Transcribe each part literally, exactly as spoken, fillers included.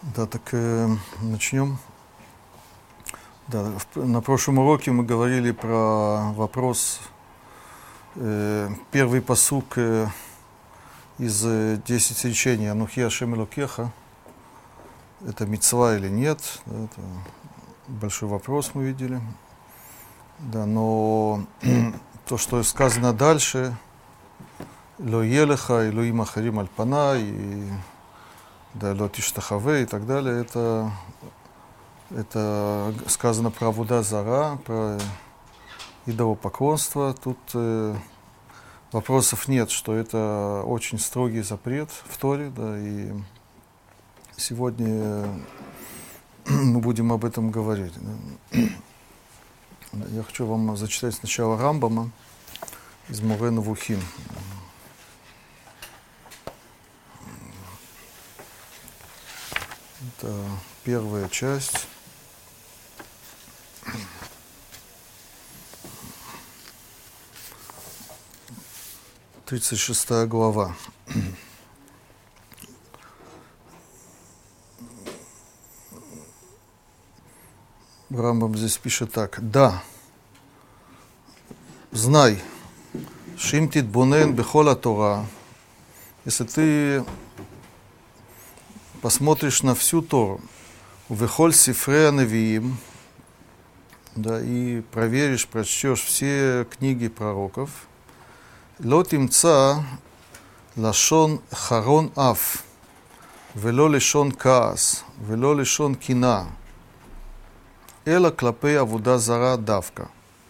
Да, так э, начнем. Да, в, на прошлом уроке мы говорили про вопрос, э, первый пасук э, из э, десять речений «Анухи Ашем Элокеха». Это мицва или нет? Да, это большой вопрос мы видели. Да, но то, что сказано дальше, «Ло елеха, Элоим ахарим аль пана», и да, «Ло тиштахаве» и так далее, это... Это сказано про авода зара, про идолопоклонство. Тут э, вопросов нет, что это очень строгий запрет в Торе, да, и сегодня э, мы будем об этом говорить. Да. Я хочу вам зачитать сначала Рамбама из Море Невухим. Это первая часть. тридцать шестая глава. Рамбам здесь пишет так. Да, знай, шим титбонен бехола Тора, если ты посмотришь на всю Тору, вехоль сифрея невиим, да, и проверишь, прочтешь все книги пророков, לא תמצא לשון חרון אף, ולא לשון כעס, ולא לשון קנאה, אלא כלפי עבודה זרה דווקא.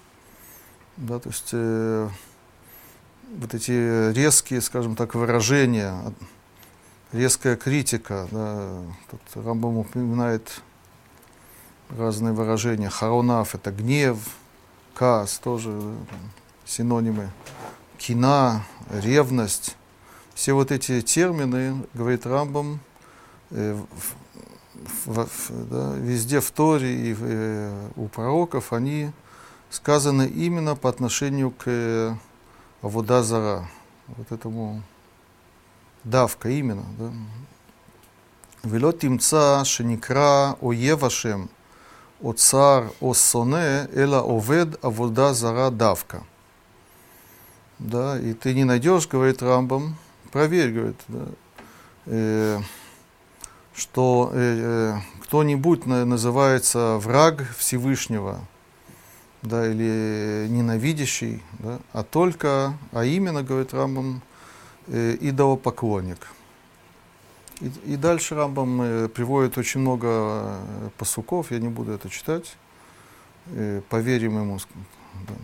Да, то есть э, вот эти резкие, скажем так, выражения, резкая критика, да, тут Рамбам упоминает разные выражения. Харон аф — это гнев, каас тоже, да, синонимы. Кина, ревность, все вот эти термины, говорит Рамбам, э, в, в, да, везде в Торе и э, у пророков, они сказаны именно по отношению к э, авода зара, вот этому давка именно. Да. Вело тимца шеникра оев Ашем, о цар, о соне, эла овед авода зара давка. Да, и ты не найдешь, говорит Рамбам, проверь, говорит, да, э, что э, кто-нибудь на, называется враг Всевышнего, да, или ненавидящий, да, а только, а именно, говорит Рамбам, э, идолопоклонник. И, и дальше Рамбам э, приводит очень много э, пасуков, я не буду это читать, э, поверим ему. Да.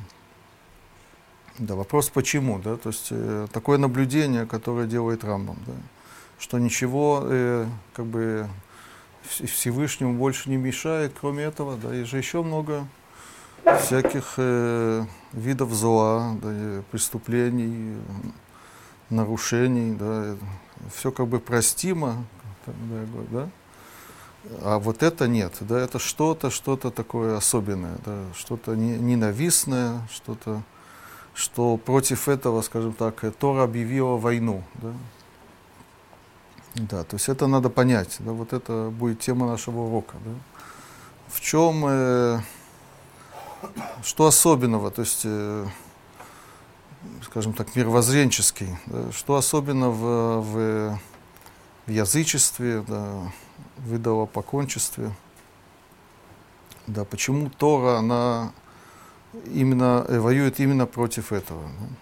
Да, вопрос почему, да, то есть э, такое наблюдение, которое делает Рамбам, да, что ничего э, как бы Всевышнему больше не мешает, кроме этого, да, есть же еще много всяких э, видов зла, да, преступлений, нарушений, да, все как бы простимо, да, да, а вот это нет, да, это что-то, что-то такое особенное, да, что-то ненавистное, что-то, что против этого, скажем так, Тора объявила войну. Да? Да, то есть это надо понять. Да, вот это будет тема нашего урока. Да? В чем, э, что особенного, то есть, э, скажем так, мировоззренческий, да? Что особенно в, в, в язычестве, да, в идолопоклонничестве. Да, почему Тора, она именно воюет именно против этого.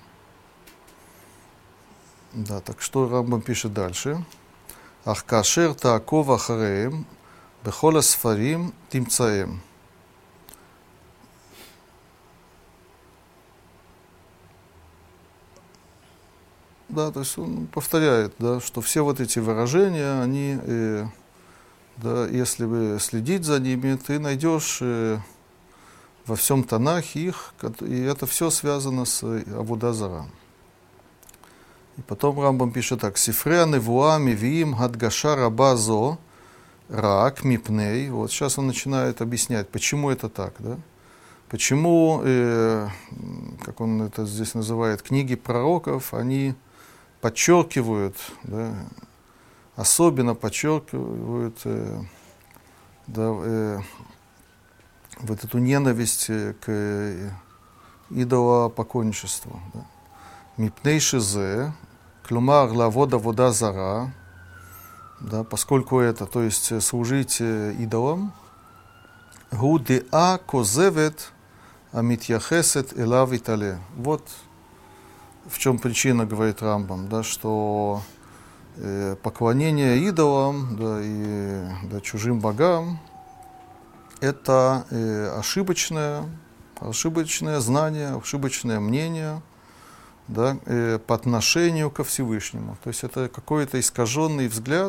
Да, да, так что Рамбам пишет дальше. Ах кашер тааков ахареем бехол асфарим тимцаем. Да, то есть он повторяет, да, что все вот эти выражения, они, э, да, если вы следить за ними, ты найдешь э, во всем Танахе их, и это все связано с авода зара. И потом Рамбам пишет так: «Сифрея невуа мивиим хадгаша раба зо раак мипней». Вот сейчас он начинает объяснять, почему это так, да? Почему, э, как он это здесь называет, книги пророков, они подчеркивают, да, особенно подчеркивают э, да, э, вот эту ненависть к идолопоклонничеству. Мипней шизе, клумар лавода вода зара, да, поскольку это, то есть служить идолам, гу деа козевет амитьяхесет элав итале. Вот в чем причина, говорит Рамбам, да, что э, поклонение идолам, да, и да, чужим богам это э, ошибочное, ошибочное знание, ошибочное мнение, да, э, по отношению ко Всевышнему. То есть это какой-то искаженный взгляд,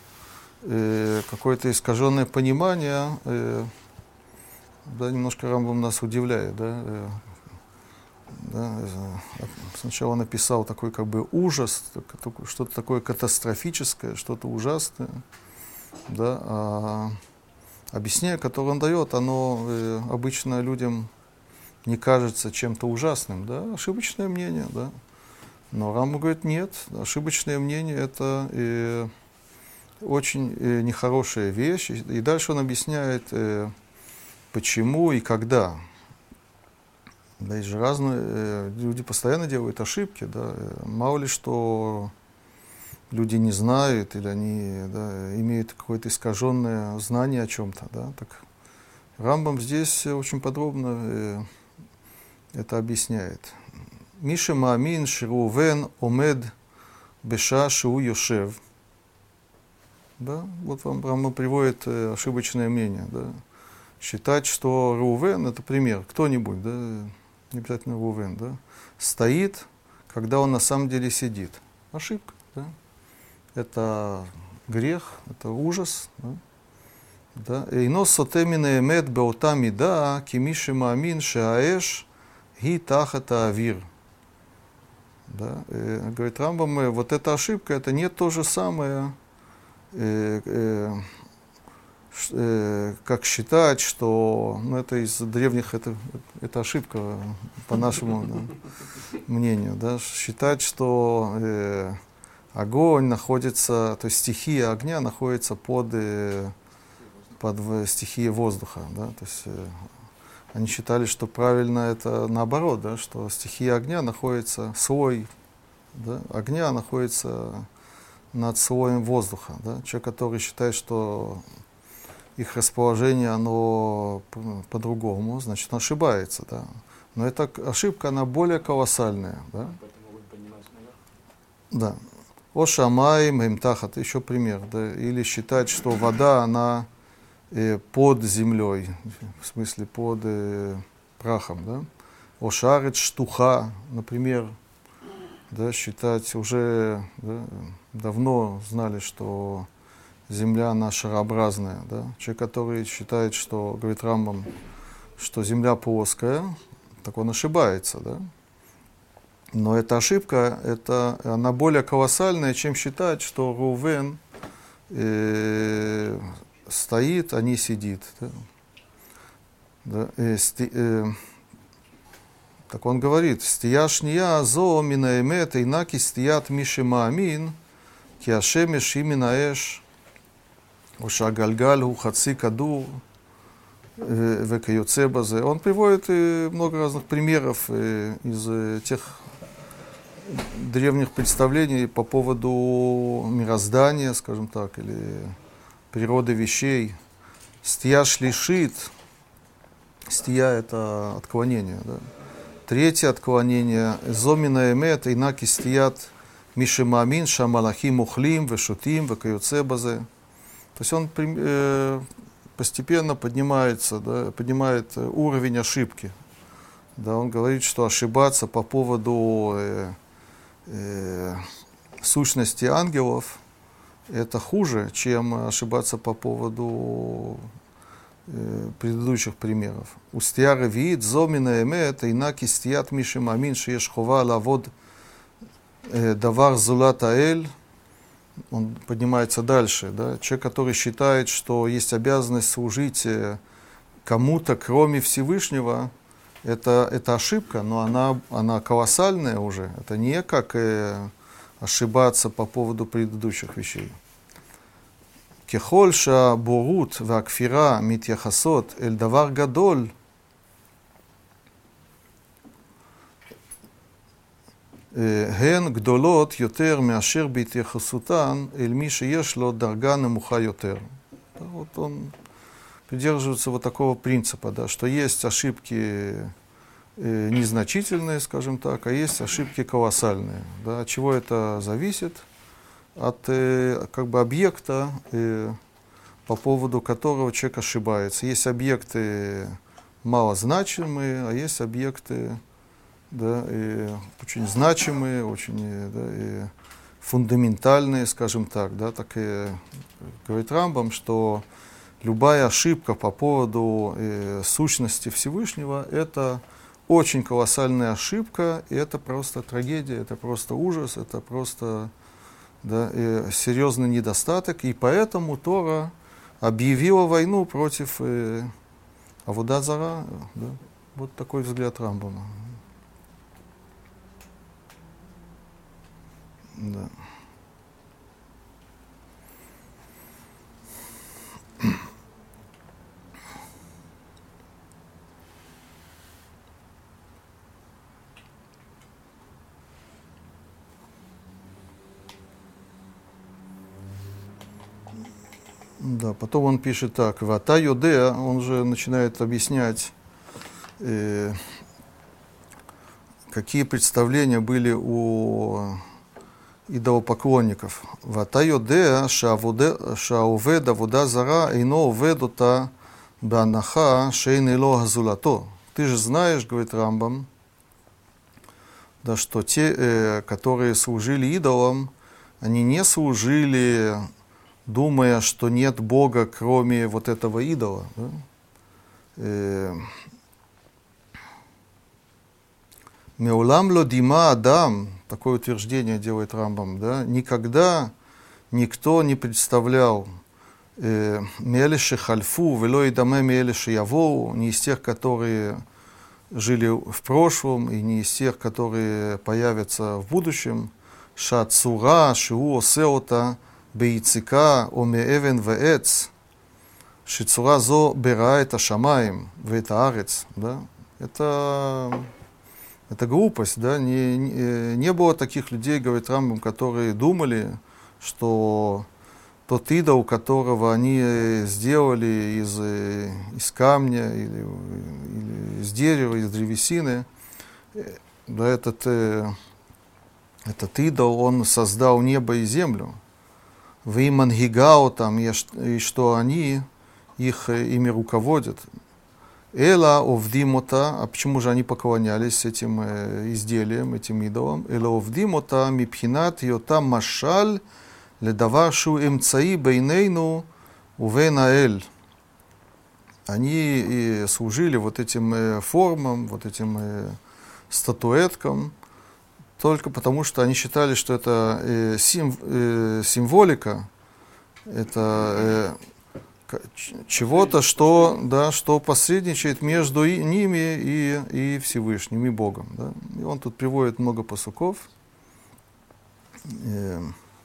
э, какое-то искаженное понимание. Э, да, немножко Рамбам нас удивляет. Да, э, да, э, сначала написал такой как бы ужас, что-то такое катастрофическое, что-то ужасное. Да, а объяснение, которое он дает, оно э, обычно людям не кажется чем-то ужасным, да, ошибочное мнение, да. Но Рамбам говорит, нет, ошибочное мнение это э, очень э, нехорошая вещь. И дальше он объясняет, э, почему и когда. Да, есть же разные, э, люди постоянно делают ошибки, да, мало ли что люди не знают или они, да, имеют какое-то искаженное знание о чем-то, да, так Рамбам здесь очень подробно э, это объясняет. Миша маамин ширувен омед беша шиу йошев. Да, вот вам Рамбам приводит э, ошибочное мнение, да. Считать, что Рувен, это пример, кто-нибудь, да, не обязательно Рувен, да, стоит, когда он на самом деле сидит. Ошибка, да. Это грех, это ужас. Да? Ино сотемина эмет беота мида, кимиши маамин шааэш ги тахата авир. Да? И, говорит Рамбам, вот эта ошибка, это не то же самое, э, э, э, как считать, что, ну это из древних, это, это ошибка по нашему, да, мнению, да? Считать, что э, огонь находится, то есть стихия огня находится под, под стихией воздуха. Да? То есть, э, они считали, что правильно это наоборот, да? Что стихия огня находится, слой, да? Огня находится над слоем воздуха. Да? Человек, который считает, что их расположение, оно по-другому, значит, он ошибается. Да? Но эта ошибка, она более колоссальная. Да? Да. О шамаим им тахат, еще пример, да, или считать, что вода, она э, под землей, в смысле под э, прахом, да. О шарет штуха, например, да, считать, уже да, давно знали, что земля, она шарообразная, да. Человек, который считает, что, говорит Рамбам, что земля плоская, так он ошибается, да. Но эта ошибка, это, она более колоссальная, чем считать, что Рувен э, стоит, а не сидит. Да? Да, э, сти, э, так он говорит, «Стия шния зо мина эмет инаки стият миши маамин, ки ашемеш имена эш, оша гальгаль ху хаци кадур, векайоце базе». Он приводит э, много разных примеров э, из э, тех древних представлений по поводу мироздания, скажем так, или природы вещей. Стия шлишит. Стия — это отклонение. Да? Третье отклонение. Зомина эмет, инаки стият миши маамин, шамалахим ухлим, вешутим, векайоце базе. То есть он э, постепенно поднимается, да, поднимает уровень ошибки. Да, он говорит, что ошибаться по поводу э, э, сущности ангелов это хуже, чем ошибаться по поводу э, предыдущих примеров. Устия ревиит, зомина эмет, инаки стият миши маамин, шееш хова лавод давар зулат аэль. Он поднимается дальше. Да? Человек, который считает, что есть обязанность служить кому-то, кроме Всевышнего, это, это ошибка, но она, она колоссальная уже. Это не как э, ошибаться по поводу предыдущих вещей. ככל שהבורות והכפירה מתייחסות אל דבר גדול, הן גדולות יותר מאשר בהתייחסותן אל ми שיש לו дорога немуха יותר. Вот он придерживается вот такого принципа, да, что есть ошибки э, незначительные, скажем так, а есть ошибки колоссальные. Да. От чего это зависит? От э, как бы объекта, э, по поводу которого человек ошибается. Есть объекты малозначимые, а есть объекты, да, и очень значимые, очень, да, и фундаментальные, скажем так, да, так и говорит Рамбам, что любая ошибка по поводу э, сущности Всевышнего — это очень колоссальная ошибка, и это просто трагедия, это просто ужас, это просто, да, э, серьезный недостаток, и поэтому Тора объявила войну против э, аводат зара. Да. Вот такой взгляд Рамбама. Да. Да, потом он пишет так: «Вата йодеа», он же начинает объяснять, э, какие представления были у идолопоклонников. «Вата йодеа шаовед авода зара эйно овед ота беанаха шейн эло газулато». Ты же знаешь, говорит Рамбам, да, что те, э, которые служили идолам, они не служили, думая, что нет Бога, кроме вот этого идола. Да? Э, «Меулам ло дима адам», такое утверждение делает Рамбам, да, никогда никто не представлял «меэлеши хальфу, вело идаме меэлеши явоу», не из тех, которые жили в прошлом, и не из тех, которые появятся в будущем, «шацура шиу осеота бейцика о меэвен вээц, шицура зо бера эта шамаем вэта арец». Да? Это... Это глупость, да, не, не, не было таких людей, говорит Рамбам, которые думали, что тот идол, которого они сделали из, из камня или, или из дерева, из древесины, да, этот, этот идол, он создал небо и землю. Веймангигао там, и что они их ими руководят. Эла овдимота, а почему же они поклонялись этим э, изделиям, этим идолам? Эла овдимота мипхинат йота машаль ледавашу эмцаи бейнейну увейнаэль. Они и служили вот этим э, формам, вот этим э, статуэткам, только потому что они считали, что это э, сим, э, символика, это... Э, чего-то, что, да, что посредничает между и, ними и, и Всевышним, и Богом. Да. И он тут приводит много пасуков. Э,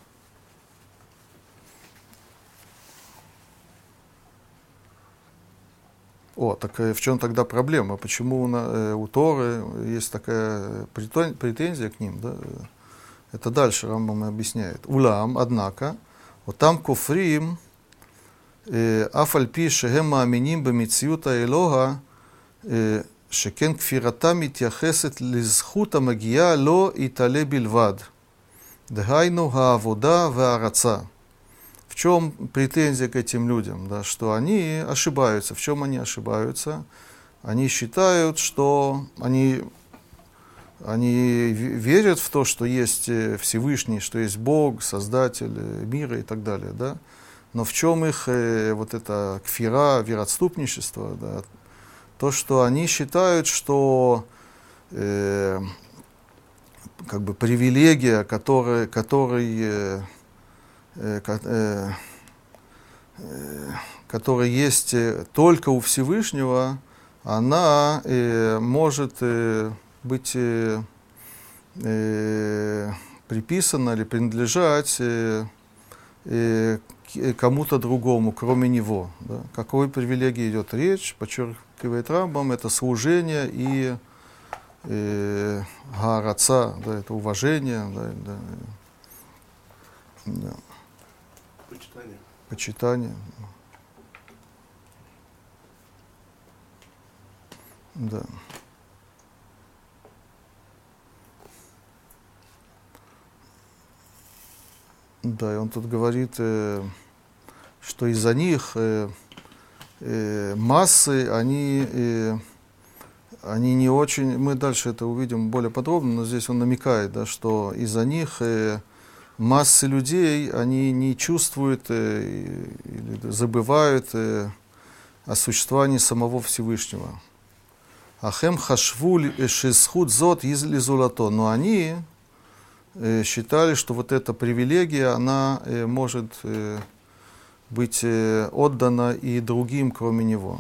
О, так в чем тогда проблема? Почему у, э, у Торы есть такая претензия к ним? Да? Это дальше Рамбам объясняет. Улам, однако, вот там куфрим, אף על פי שהם מאמינים במציאות האלוה, שכן כפירתה מתייחסת לזכות המגיעה לא יתעלה בלבד. דהיינו העבודה והרצה. В чем претензия к этим людям? Да, что они ошибаются. В чем они ошибаются? Они считают, что они, они верят в то, что есть Всевышний, что есть Бог, Создатель мира и так далее, да? Но в чем их э, вот это кфира, вероотступничество, да? То, что они считают, что э, как бы привилегия, которая, который, э, э, э, э, которая есть только у Всевышнего, она э, может э, быть э, э, приписана или принадлежать э, э, кому-то другому, кроме него. Да. Какой привилегии идет речь, подчеркивает Рамбам, это служение и э, гараца, да, это уважение, да, да, да. Почитание. Почитание. Да. Да, и он тут говорит, э, что из-за них э, э, массы, они, э, они не очень, мы дальше это увидим более подробно, но здесь он намекает, да, что из-за них э, массы людей, они не чувствуют э, или забывают э, о существовании самого Всевышнего. Ахем хашву шисхут зот изли золото, но они считали, что вот эта привилегия, она э, может э, быть э, отдана и другим, кроме него.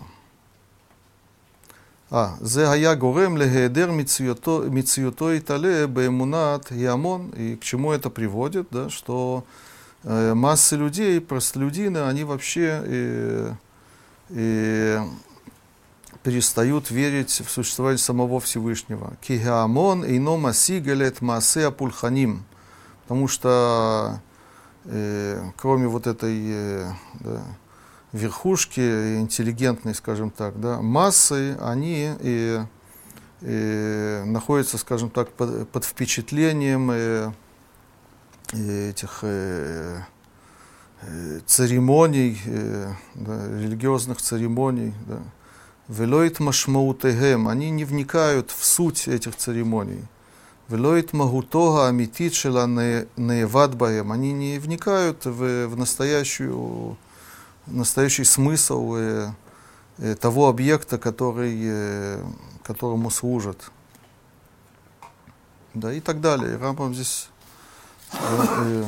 А, зе гая горем легеедер мициюто итале беэмунат ямон. И к чему это приводит, да, что э, массы людей, простолюдины, они вообще э, э, перестают верить в существование самого Всевышнего. Кигеамон ино масигалет маасе апульханим. Потому что э, кроме вот этой э, да, верхушки интеллигентной, скажем так, да, массы, они э, э, находятся, скажем так, под, под впечатлением э, этих э, э, церемоний, э, да, религиозных церемоний, да. Велоит машмаутехем, они не вникают в суть этих церемоний. Велоит магутога амитит шела неевад баем, они не вникают в, в настоящую, настоящий смысл э, э, того объекта, который, э, которому служат. Да, и так далее. Рамбам здесь да, э,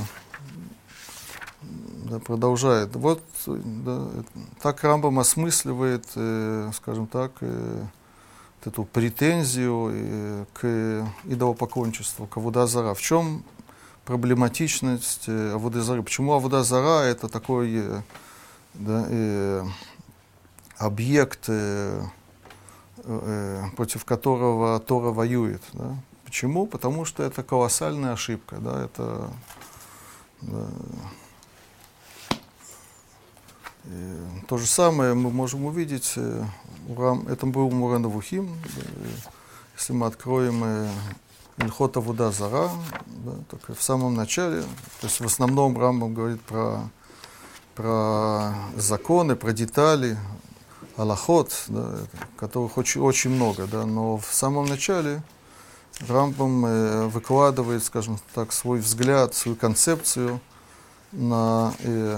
да, продолжает. Вот да, так Рамбам осмысливает, э, скажем так, э, вот эту претензию э, к идолопоклонничеству, к авода зара. В чем проблематичность э, аводы зары? Почему авода зара это такой э, да, э, объект, э, э, против которого Тора воюет? Да? Почему? Потому что это колоссальная ошибка. Да? Это, да, то же самое мы можем увидеть, это был Морэ Невухим, если мы откроем Ильхот Авода Зара, да, только в самом начале, то есть в основном Рамбам говорит про, про законы, про детали, алахот, да, которых очень, очень много, да, но в самом начале Рамбам э, выкладывает, скажем так, свой взгляд, свою концепцию на... Э,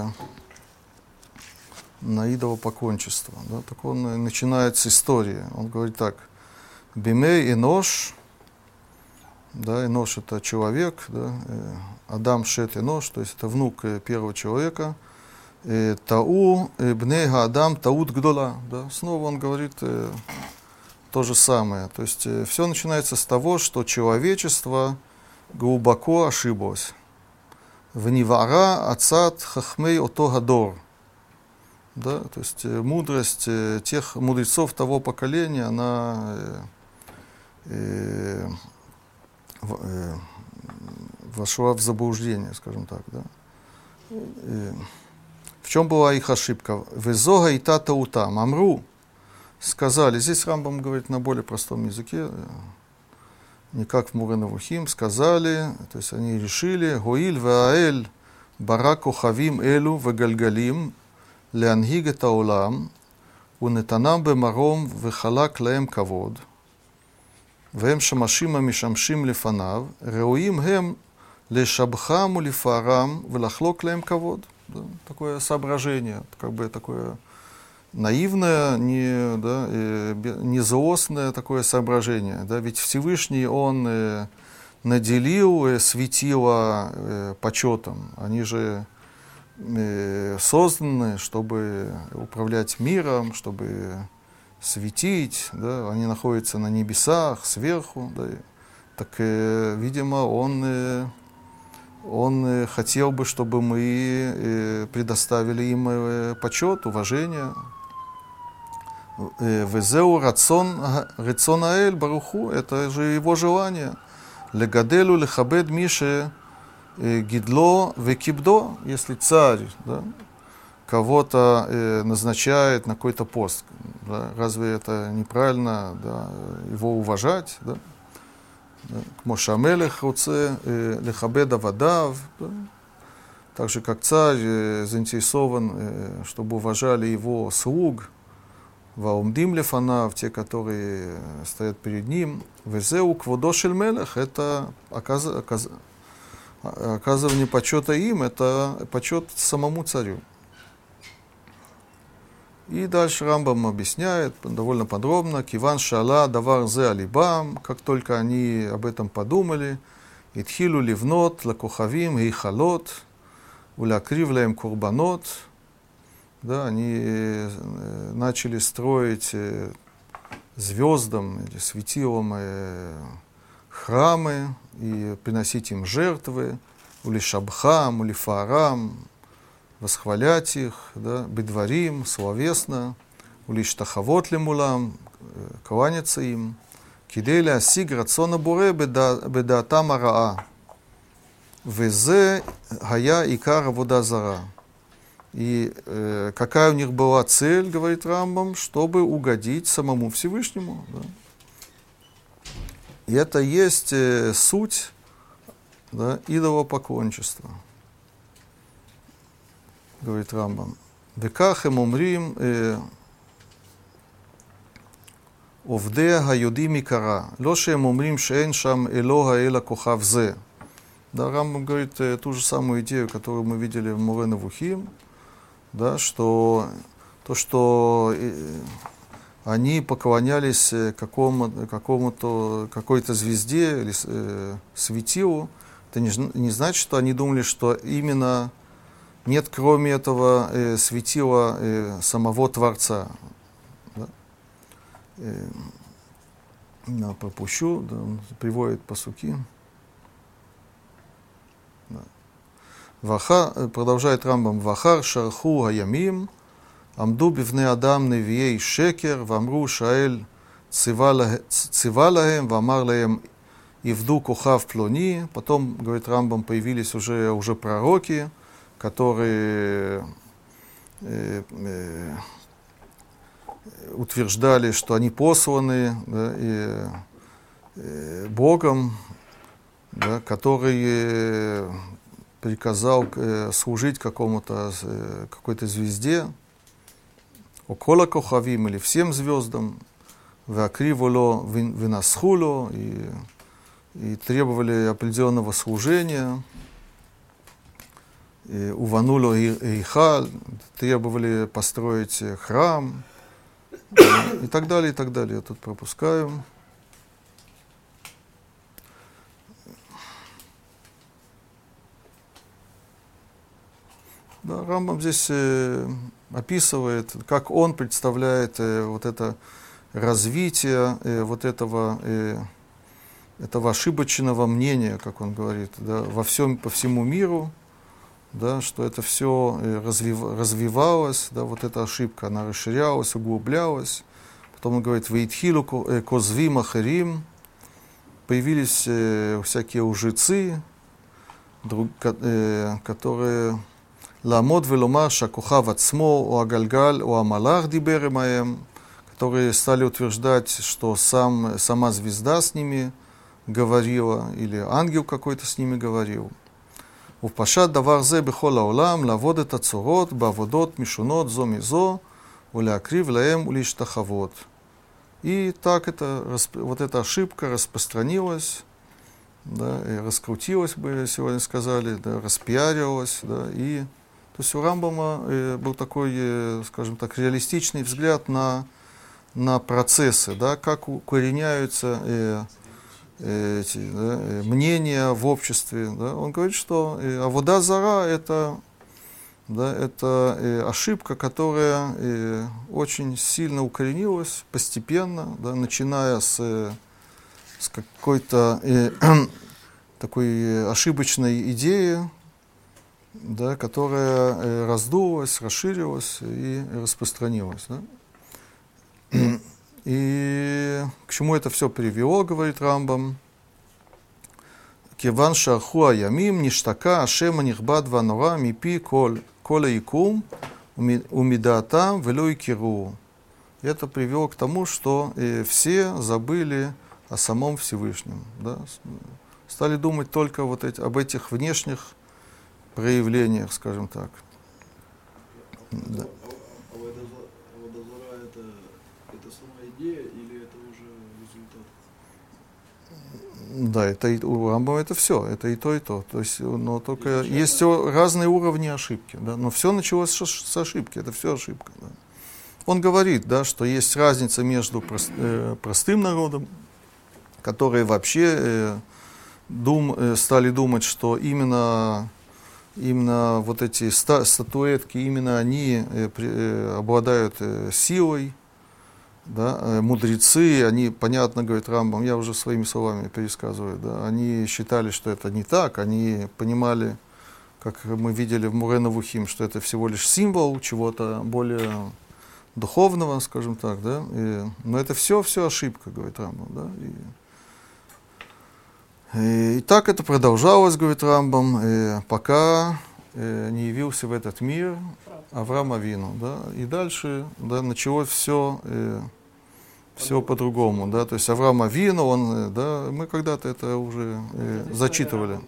на идолопоклонничество. Да, так он начинает с истории. Он говорит так: «Бимей Энош», да, Энош это человек, да, э, Адам Шет Энош, то есть это внук э, первого человека, э, Тау э, Бней Адам Таут Гдола. Да, снова он говорит э, то же самое. То есть э, все начинается с того, что человечество глубоко ошиблось. «Внивара ацат хахмей ото гадор». Да, то есть э, мудрость э, тех мудрецов того поколения, она э, э, в, э, вошла в заблуждение, скажем так. Да. Э, в чем была их ошибка? «Везога и та таутам». Амру сказали, здесь Рамбам говорит на более простом языке, не как в Морэ Невухим, сказали, то есть они решили, «Гоиль веаэль бараку хавим элу вегальгалим». להנהיג את העולם, ונתנם במרום וחלק להם כבוד, והם שמשים המשמשים לפניו, ראויים הם לשבחם ולפארם ולחלוק להם כבוד. Да, такое соображение, как бы такое наивное, не, да, э, не злостное такое соображение. Да, ведь Всевышний, он э, наделил э, светило э, почетом. Они же созданы, чтобы управлять миром, чтобы светить, да, они находятся на небесах, сверху, да, так, э, видимо, он, э, он э, хотел бы, чтобы мы э, предоставили им э, почет, уважение. Везеу рацон рецон аэль баруху, это же его желание. Легаделу лехабед мише гидло векибдо, если царь, да, кого-то э, назначает на какой-то пост, да, разве это неправильно, да, его уважать, да? Моше амелех роце лехабед авадав, так же как царь э, заинтересован, э, чтобы уважали его слуг, ваумдим лефанав, те, которые стоят перед ним. Везеу кводо шель мелех, это оказ... Оказ... оказывание почета им, это почет самому царю. И дальше Рамбам объясняет довольно подробно: киван шала давар зе алибам, как только они об этом подумали, итхилу ливнот лакохавим гейхалот улякрив лаем курбанот, да, они начали строить звездам или светилам храмы и приносить им жертвы, ули шабхам, ули фаарам, восхвалять их, да, бедварим, словесно, ули штахавот лемулам, кланяться им, кидели асиг рацона буре бедаатам араа, везе гая икар авода зара. И э, какая у них была цель, говорит Рамбам, чтобы угодить самому Всевышнему. Да. И это есть э, суть, да, идолопоклончества, говорит Рамбам. Веках им умрим овде гаюди микара, лоше им умрим шеэн шам элога эла кохав зе. Да, Рамбам говорит э, ту же самую идею, которую мы видели в Море Невухим, да, что то, что э, они поклонялись какому, какому-то, какой-то звезде или э, светилу, это не, не значит, что они думали, что именно нет кроме этого э, светила э, самого Творца. Да? Э, я пропущу, да, он приводит пасуки. Да. Вахар, продолжает Рамбам: Вахар шарху хаямим, амду бивне адам невией шекер, вамру шаэль цива лаhem, вамар лаhem ивду кохав плони. Потом, говорит Рамбам, появились уже, уже пророки, которые э, э, утверждали, что они посланы, да, и, э, Богом, да, который э, приказал э, служить какому-то, э, какой-то звезде, около кохавим, или всем звездам, вакриволо винасхуло, и, и требовали определенного служения. Увануло Ихаль, требовали построить храм, и так далее, и так далее. Я тут пропускаю. Да, Рамбам здесь э, описывает, как он представляет э, вот это развитие э, вот этого, э, этого ошибочного мнения, как он говорит, да, во всем, по всему миру. Да, что это все развив, развивалось, да, вот эта ошибка, она расширялась, углублялась. Потом он говорит: «Вейтхилу козвим ахарим», появились э, всякие лжецы, друг, э, которые «ламод веломар шакохав ацмо, о агальгаль, о амалах дибер имаем», которые стали утверждать, что сам, сама звезда с ними говорила, или ангел какой-то с ними говорил. ופשט דבר זה בכל העולם, לעבוד את הצורות בעבודות משונות זו מזו, ולהקריב להם ולהשתחוות. И так это, вот эта ошибка распространилась, да, и раскрутилась, бы сегодня сказали, да, распиарилась, да, и то есть у Рамбама э, был такой, э, скажем так, реалистичный взгляд на, на процессы, да, как укореняются э, эти, да, мнения в обществе. Да. Он говорит, что э, авода зара это, да, это э, ошибка, которая э, очень сильно укоренилась постепенно, да, начиная с, э, с какой-то э, такой ошибочной идеи, да, которая э, раздулась, расширилась и распространилась. Да? И к чему это все привело, говорит Рамбам? Киван шарху аямим ништака ашема нихбад ванора мипи кола икум умидаатам вело икиру. Это привело к тому, что э, все забыли о самом Всевышнем. Да? Стали думать только вот эти, об этих внешних проявлениях, скажем так. Да. А Водозора это, это сама идея или это уже результат? Да, это и, у Рамбама это все, это и то, и то. То есть, но только и есть разные уровни ошибки. Да? Но все началось с ошибки, это все ошибка. Да? Он говорит, да, что есть разница между прост, э, простым народом, которые вообще э, дум, э, стали думать, что именно, именно вот эти ста, статуэтки, именно они э, при, э, обладают э, силой, да, э, мудрецы, они, понятно, говорит Рамбам, я уже своими словами пересказываю, да, они считали, что это не так, они понимали, как мы видели в Мурэ Навухим, что это всего лишь символ чего-то более духовного, скажем так, да, и, но это все, все ошибка, говорит Рамбам, да, и, и, и так это продолжалось, говорит Рамбам, и, пока и, не явился в этот мир Авраам Авину, да, и дальше, да, началось все, и, все по-другому, да, то есть Авраам Авину, он, да, мы когда-то это уже и, зачитывали.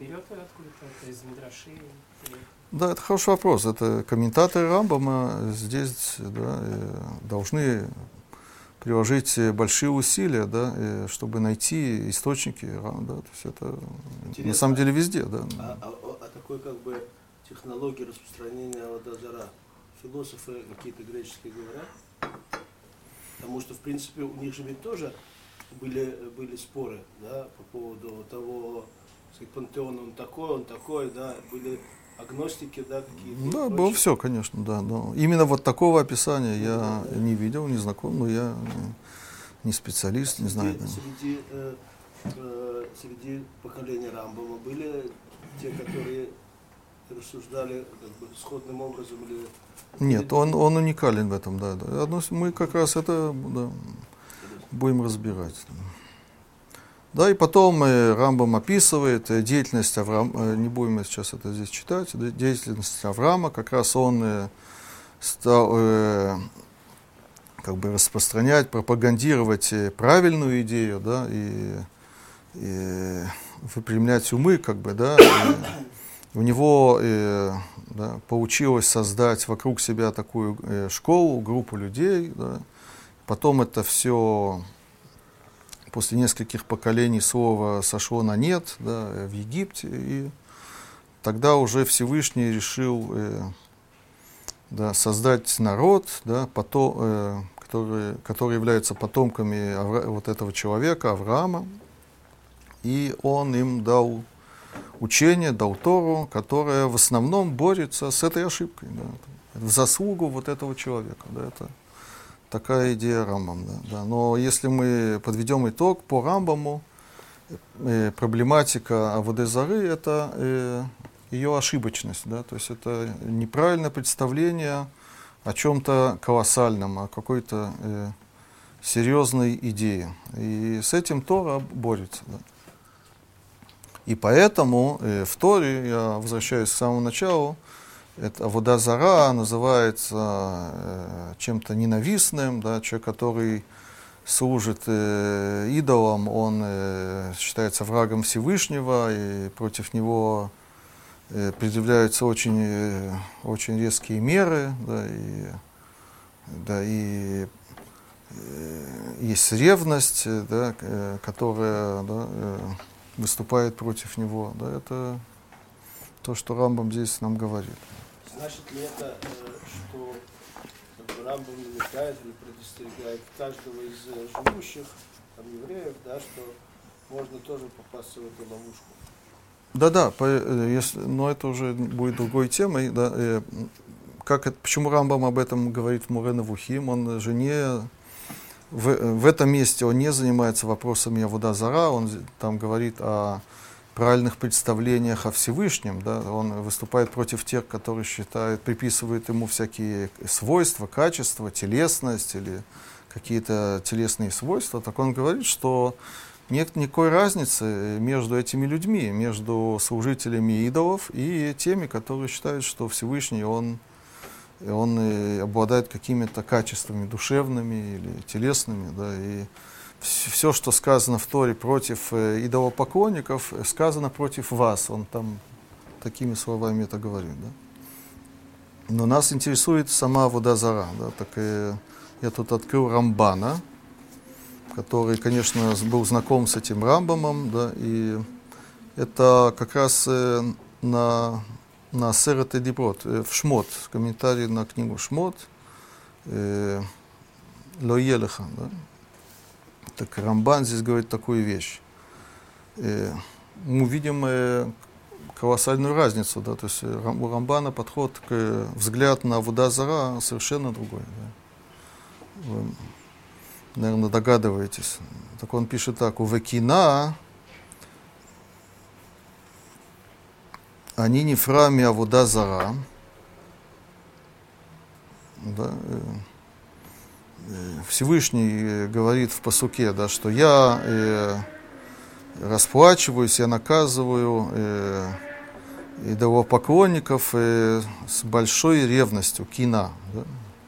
Да, это хороший вопрос. Это комментаторы Рамбама здесь, да, должны приложить большие усилия, да, чтобы найти источники. Да, то есть это интересно. На самом деле везде. Да. А, а, а такой как бы технологии распространения Водозора философы какие-то греческие говорят? Потому что, в принципе, у них же ведь тоже были, были споры, да, по поводу того, сказать, пантеон он такой, он такой, да, были агностики, да, какие-то. Да, было все, конечно, да. Но именно вот такого описания ну, я да, не видел, не знаком, но я не специалист, среди, не знаю. Да. Среди, э, э, среди поколения Рамбама были те, которые рассуждали как бы сходным образом или... Нет, он, он уникален в этом, да. да. Одно, мы как раз это да, будем разбирать. Да, и потом э, Рамбам описывает э, деятельность Авраама, э, не будем сейчас это здесь читать, деятельность Авраама, как раз он э, стал э, как бы распространять, пропагандировать э, правильную идею, да, и, и выпрямлять умы, как бы, да. И у него э, да, получилось создать вокруг себя такую э, школу, группу людей, да. Потом это все... После нескольких поколений слово сошло на нет, да, в Египте, и тогда уже Всевышний решил э, да, создать народ, да, потом, э, который, который является потомками Авра, вот этого человека, Авраама, и он им дал учение, дал Тору, которое в основном борется с этой ошибкой, да, в заслугу вот этого человека. Да, это такая идея Рамбам, да, да. Но если мы подведем итог по Рамбаму, э, проблематика Аводе Зары — это э, ее ошибочность, да, то есть это неправильное представление о чем-то колоссальном, о какой-то э, серьезной идее. И с этим Тора борется. Да. И поэтому э, в Торе, я возвращаюсь к самому началу, это Авода Зара называется э, чем-то ненавистным, да, человек, который служит э, идолам, он э, считается врагом Всевышнего, и против него э, предъявляются очень, э, очень резкие меры, да, и, да, и э, есть ревность, да, э, которая да, э, выступает против него. Да, это то, что Рамбам здесь нам говорит. Значит ли это, что как бы, Рамбам намекает или предостерегает каждого из живущих там, евреев, да, что можно тоже попасться в эту ловушку? Да-да, если, но это уже будет другой темой. Да, э, как это, почему Рамбам об этом говорит в Мурэ Навухим? Он же не... В, в этом месте он не занимается вопросами Авода Зара, он там говорит о правильных представлениях о Всевышнем, да, он выступает против тех, которые считают, приписывают ему всякие свойства, качества, телесность или какие-то телесные свойства, так он говорит, что нет никакой разницы между этими людьми, между служителями идолов и теми, которые считают, что Всевышний, он, он обладает какими-то качествами душевными или телесными, да, и все, что сказано в Торе против идолопоклонников, сказано против вас. Он там такими словами это говорит. Да? Но нас интересует сама авода зара. Да? Так, э, я тут открыл Рамбана, который, конечно, был знаком с этим Рамбамом. Да? И это как раз э, на, на Асерет Диброт, э, в Шмот, комментарий на книгу Шмот, э, Ло Елеха. Да? Так Рамбан здесь говорит такую вещь. Э, мы видим э, колоссальную разницу, да, то есть у Рамбана подход, к, взгляд на авода зара совершенно другой. Да. Вы, наверное, догадываетесь. Так он пишет так: у векина они нефрами авода зара. Да, э, Всевышний говорит в пасуке, да, что я э, расплачиваюсь, я наказываю э, идолопоклонников э, с большой ревностью, кина. Да.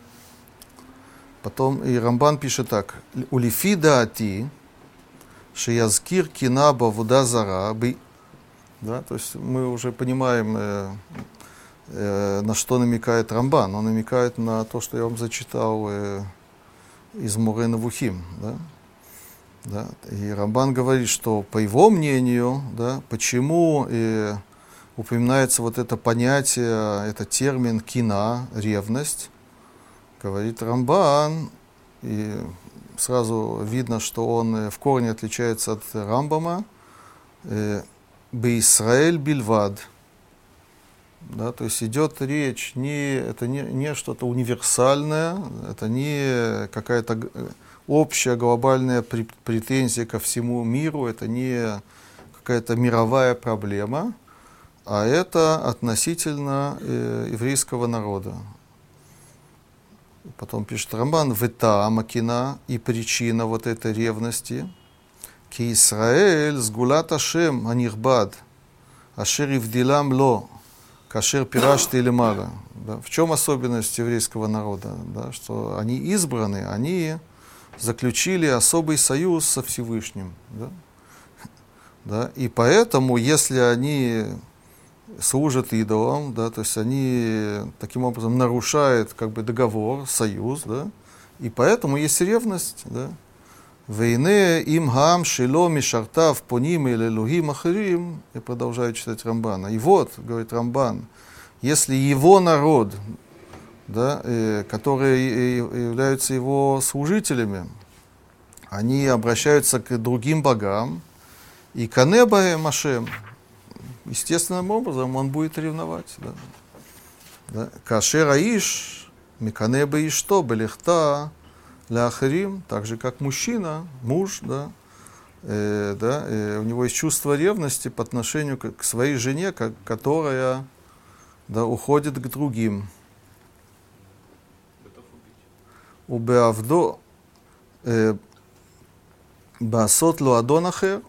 Потом и Рамбан пишет так: «Улифи даати, шеязкир кина бавуда зара». Да, то есть мы уже понимаем, э, э, на что намекает Рамбан. Он намекает на то, что я вам зачитал э, из Море Невухим, да? Да? И Рамбан говорит, что по его мнению, да, почему э, упоминается вот это понятие, этот термин кина, ревность, говорит Рамбан, и сразу видно, что он в корне отличается от Рамбама, э, «Беисраэль бильвад». Да, то есть идет речь, не, это не, не что-то универсальное, это не какая-то общая глобальная претензия ко всему миру, это не какая-то мировая проблема, а это относительно э, еврейского народа. Потом пишет Рамбан: «Вета макина», и причина вот этой ревности, «Ки Исраэль сгулат Ашем анихбад, ашер ивдилам ло». Кашер пирашты или мара. Да. В чем особенность еврейского народа? Да, что они избраны, они заключили особый союз со Всевышним. Да. Да, и поэтому, если они служат идолам, да, то есть они таким образом нарушают как бы договор, союз, да, и поэтому есть ревность. Да. «Вейне им гам шило мишартав поним или лухим ахирим». Я продолжаю читать Рамбана. И вот, говорит Рамбан, если его народ, да, э, которые являются его служителями, они обращаются к другим богам, и канеба машем, естественным образом он будет ревновать. Да. Да. Кашер аиш, миканеба ишто, белихта, ляхарим, так же как мужчина, муж, да, э, да, э, у него есть чувство ревности по отношению к, к своей жене, как, которая, да, уходит к другим. У беавдо басот ло адон ахер,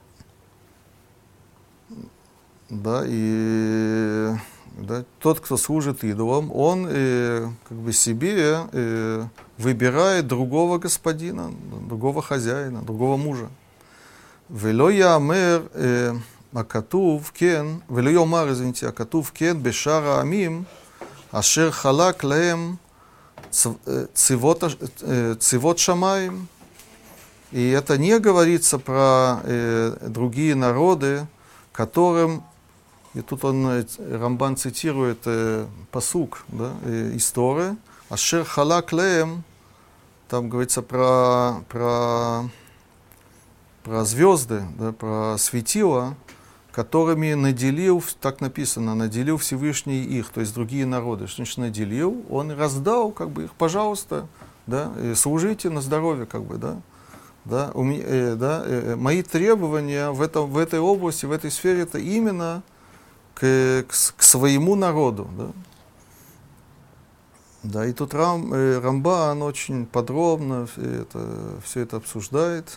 да, и да, тот, кто служит идолам, он э, как бы себе э, выбирает другого господина, другого хозяина, другого мужа. Вело ямер акатув кен, вело йомар, извините, акатув кен бешара амим, ашер халак лаем цивот шамаим. И это не говорится про э, другие народы, которым. И тут он, Рамбан цитирует э, пасук, да, э, из Торы. «Ашер халак леем», там говорится про, про, про звезды, да, про светила, которыми наделил, так написано, наделил Всевышний их, то есть другие народы. Что значит наделил? Он раздал, как бы, их, пожалуйста, да, и служите на здоровье, как бы, да. Да, у меня, э, да, э, мои требования в, этом, в этой области, в этой сфере, это именно к, к, к своему народу. Да. Да, и тут Рам, э, Рамбан очень подробно это, все это обсуждает.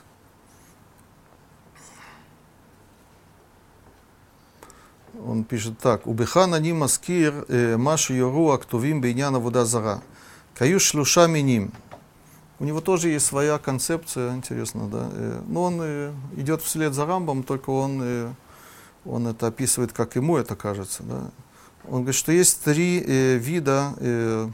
Он пишет так: «Убехан ани маскир маши йору актувим бейнян авода зара. Каю шлуша миним». У него тоже есть своя концепция, интересно, да. Но он идет вслед за Рамбом, только он, он это описывает, как ему это кажется. Да. Он говорит, что есть три э, вида э,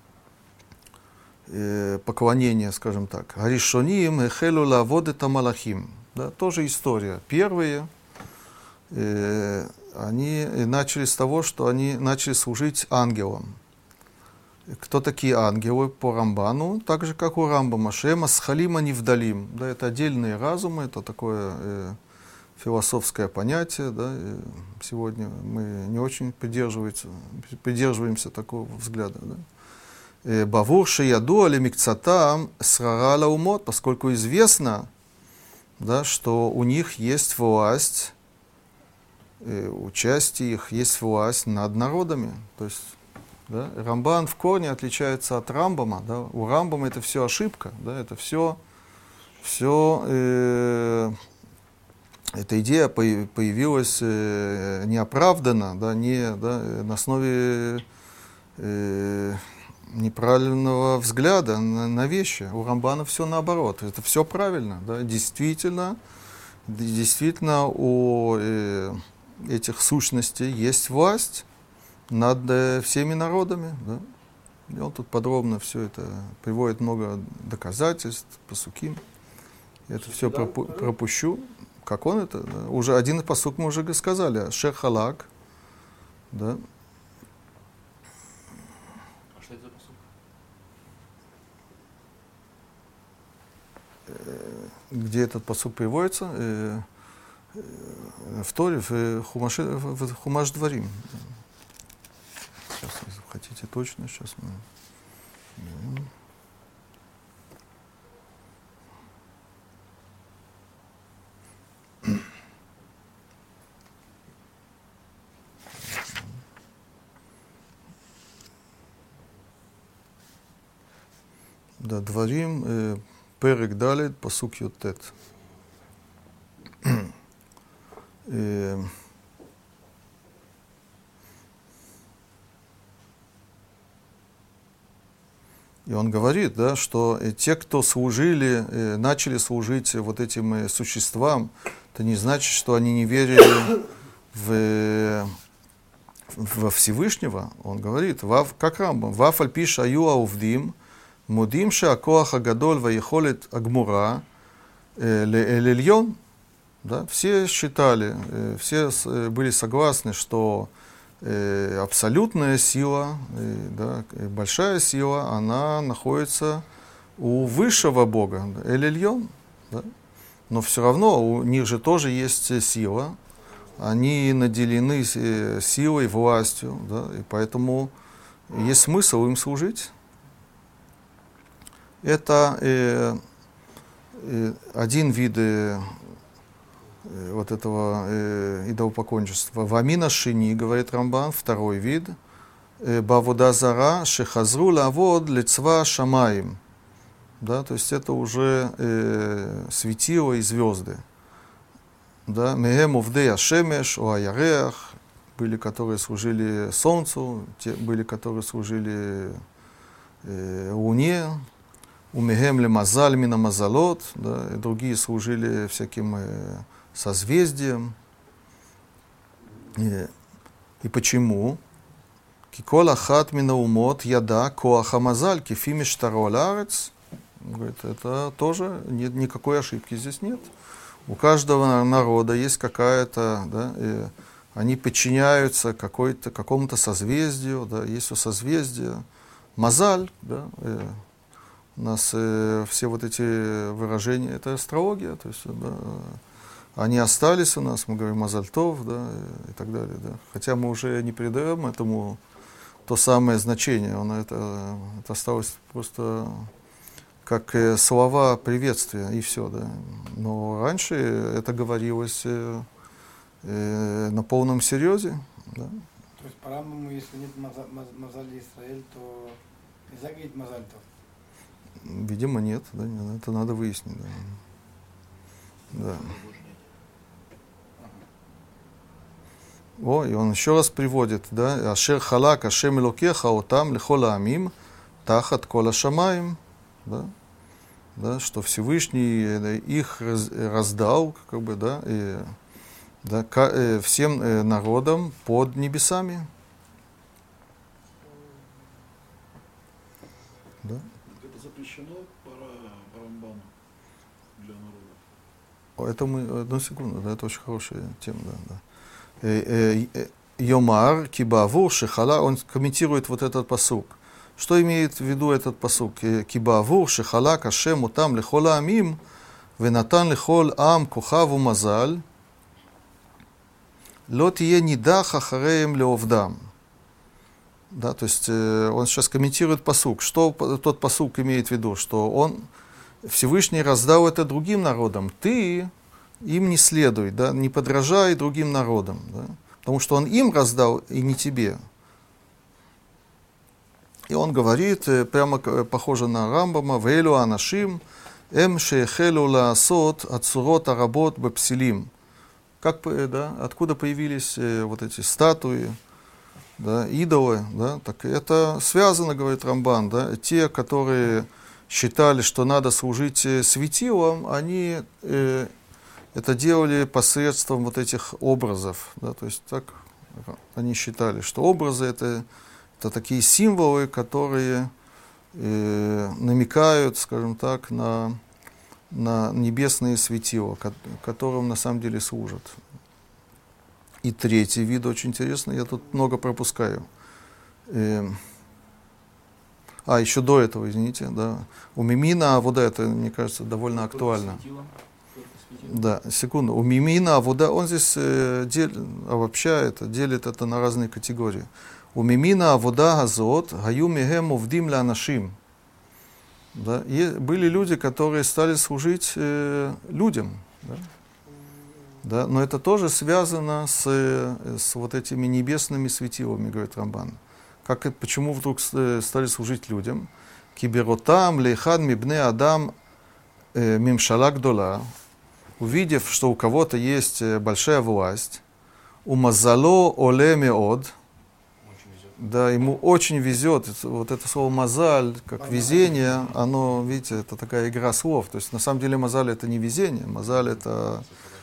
э, поклонения, скажем так. Гаришоним, эхелу лавод это малахим. Да, тоже история. Первые, э, они начали с того, что они начали служить ангелам. Кто такие ангелы по Рамбану? Так же, как у Рамбама. Шема с халима невдалим. Да, это отдельные разумы, это такое э, философское понятие. Да, сегодня мы не очень придерживаемся, придерживаемся такого взгляда. Да. Бавур шеяду али микцатам срара умот, поскольку известно, да, что у них есть власть, э, у части их есть власть над народами. То есть, да, Рамбан в корне отличается от Рамбама. Да. У Рамбама это все ошибка, да, это все, все э, эта идея появилась э, неоправданно, да, не, да, на основе э, неправильного взгляда на, на вещи. У Рамбана все наоборот, это все правильно. Да. Действительно, действительно у э, этих сущностей есть власть над э, всеми народами. Да. И он тут подробно все это приводит, много доказательств, пасуким. Это все пропу пропущу. Как он это? Да. Уже один пасук мы уже сказали. Шер халак. Да. А что это за пасук? Где этот пасук приводится? Э, э, в Торе, в Хумаше, в Хумаш Дворим. Сейчас, если хотите точно, сейчас мы... Да, Дворим, э, Перек Далет, пасук Йотет. э, И он говорит, да, что те, кто служили, э, начали служить вот этим э, существам, это не значит, что они не верили в, во Всевышнего. Он говорит, вав, как Рамбам, «Ваф аль пи шаю аувдим, мудим шеакоах агадоль ваехолет агмура ле-эль-эльон». Да, все считали, э, все э, были согласны, что Э, абсолютная сила, э, да, большая сила, она находится у высшего Бога, Эль-Эльон, да? Но все равно у них же тоже есть сила, они наделены э, силой, властью, да? И поэтому есть смысл им служить. Это э, э, один вид э, вот этого э, идолопоклонничества. Вамина шини, говорит Рамбан, второй вид. Бавода зара шехазру лавод лецва шамаим. Да, то есть это уже э, светило и звезды. Да, меhem увдей ашемеш, о аяреах, были, которые служили солнцу, те были, которые служили э, луне, у мехем лемазаль мина мазалот, да, и другие служили всяким э, созвездием. И, и почему? Кикола хат мина умот яда коаха мазаль кефими штарол арец. Говорит, это тоже нет, никакой ошибки здесь нет. У каждого народа есть какая-то, да, и они подчиняются какой-то, какому-то созвездию, да, есть у созвездия мазаль, да, и у нас э, все вот эти выражения, это астрология, то есть, да, они остались у нас, мы говорим мазальтов, да, и так далее, да. Хотя мы уже не придаем этому то самое значение, оно это, это осталось просто как э, слова приветствия, и все, да. Но раньше это говорилось э, э, на полном серьезе, да. То есть по Рамбаму, если нет Мазаль Исраэль, то нельзя говорить Мазаль Тов? Видимо, нет, да, это надо выяснить, да. Да. О, и он еще раз приводит, да, «Ашер халак Ашем элокеха отам лехол аамим тахат кол ашамаим», да, да, что Всевышний их раздал, как бы, да, и, да, ка, всем народам под небесами. Да. Это запрещено по Рамбану для народа? Это мы, одну секунду, да, это очень хорошая тема, да, да. Йомар, кибавур, шехала, он комментирует вот этот пасук. Что имеет в виду этот пасук? Кибавур, шехала, кашем, утам, лехола амим, венатан лехол ам, кухаву мазаль, лот е нидах ахареем леовдам. Да, то есть он сейчас комментирует пасук. Что тот пасук имеет в виду? Что он, Всевышний, раздал это другим народам. Ты им не следуй, да, не подражай другим народам, да, потому что он им раздал и не тебе. И он говорит, прямо похоже на Рамбама, «Вейлу анашим, эм шеехелу лаасот ацурот аработ бепсилим». Как, да, откуда появились вот эти статуи, да, идолы, да, так это связано, говорит Рамбан, да, те, которые считали, что надо служить светилом, они э, это делали посредством вот этих образов, да, то есть так они считали, что образы это, это такие символы, которые э, намекают, скажем так, на, на небесные светила, ко- которым на самом деле служат. И третий вид очень интересный, я тут много пропускаю. Э, а, еще до этого, извините, да. У Мимина, а вот это, мне кажется, довольно актуально. Да, секунду. У Мимина Авуда, он здесь э, дел, обобщает, делит это на разные категории. У Мимина Авуда Газот, Гаю Мегем Увдим ля Анашим. Да, и были люди, которые стали служить э, людям. Да? Да, но это тоже связано с, с вот этими небесными светилами, говорит Рамбан. Как, почему вдруг стали служить людям? Киберотам лейхан мибне адам э, мимшала гдола. Увидев, что у кого-то есть большая власть, у мазало оле меод, да, ему очень везет. Вот это слово мазаль, как везение, оно, видите, это такая игра слов. То есть на самом деле мазаль это не везение, мазаль это,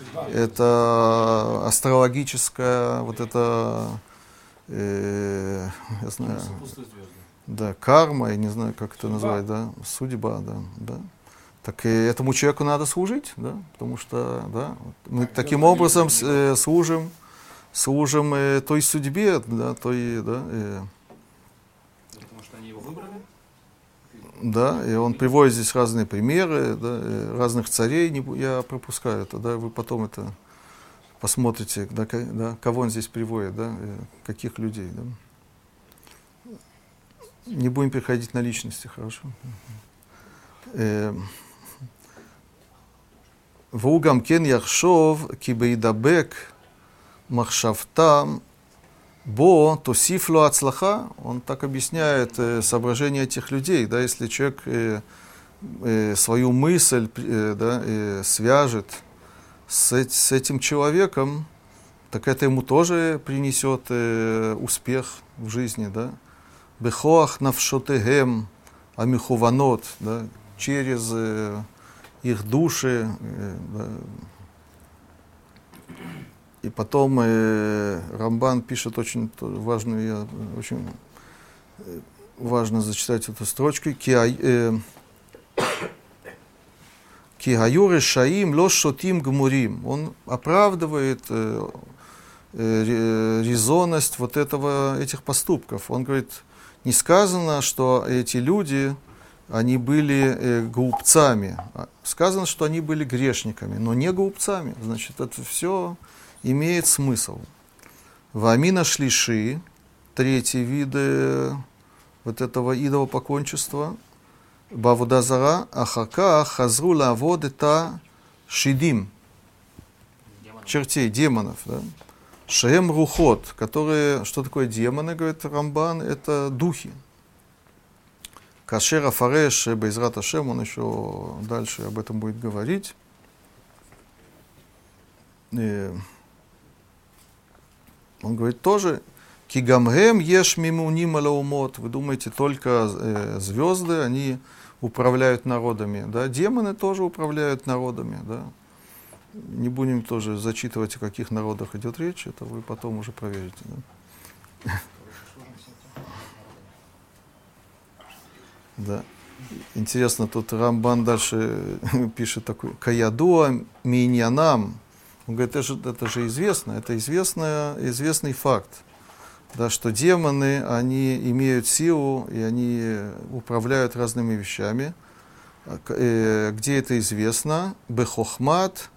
это астрологическая, вот это, э, я знаю, да, карма, я не знаю, как это назвать, да, судьба, да, да. Так и этому человеку надо служить, да, потому что, да, мы таким образом э, служим, служим э, той судьбе, да, той, да. Э, потому что они его выбрали? Да, и он приводит здесь разные примеры, да, э, разных царей, не, я пропускаю это, да, вы потом это посмотрите, да, к, да, кого он здесь приводит, да, э, каких людей, да. Не будем переходить на личности, хорошо? Э, והוא גם כן יחשוב כי בידבק מחשבתם бо тосиф ло ацлаха. Он так объясняет э, соображения этих людей, да, если человек э, э, свою мысль э, да, э, свяжет с, с этим человеком, так это ему тоже принесет э, успех в жизни, да. Бехоах навшотегем амихуванот, да, через э, их души, э, да. И потом э, Рамбан пишет очень важную, я, очень э, важно зачитать эту строчку. Ки хаюре шаим ло шотим гмурим. Он оправдывает э, э, резонность вот этого, этих поступков. Он говорит, не сказано, что эти люди, они были э, глупцами. Сказано, что они были грешниками, но не глупцами. Значит, это все имеет смысл. Вамина шлиши, третий вид э, вот этого идолопоклончества, בעבודה זרה, אחר כך חזרו לעבוד את השדים, чертей, демонов, да? Шеем рухот, которые, что такое демоны, говорит Рамбан, это духи. Кашер Афареш, Бейзрат Ашем, он еще дальше об этом будет говорить. И он говорит тоже, Кигамгем еш мимуним алаумот. Вы думаете, только э, звезды, они управляют народами, да? Демоны тоже управляют народами, да? Не будем тоже зачитывать, о каких народах идет речь, это вы потом уже проверите. Да? Да. Интересно, тут Рамбан дальше пишет такой, Каядуа миньянам. Он говорит, это же, это же известно, это известно, известный факт, да, что демоны, они имеют силу, и они управляют разными вещами. Где это известно? Бехохмат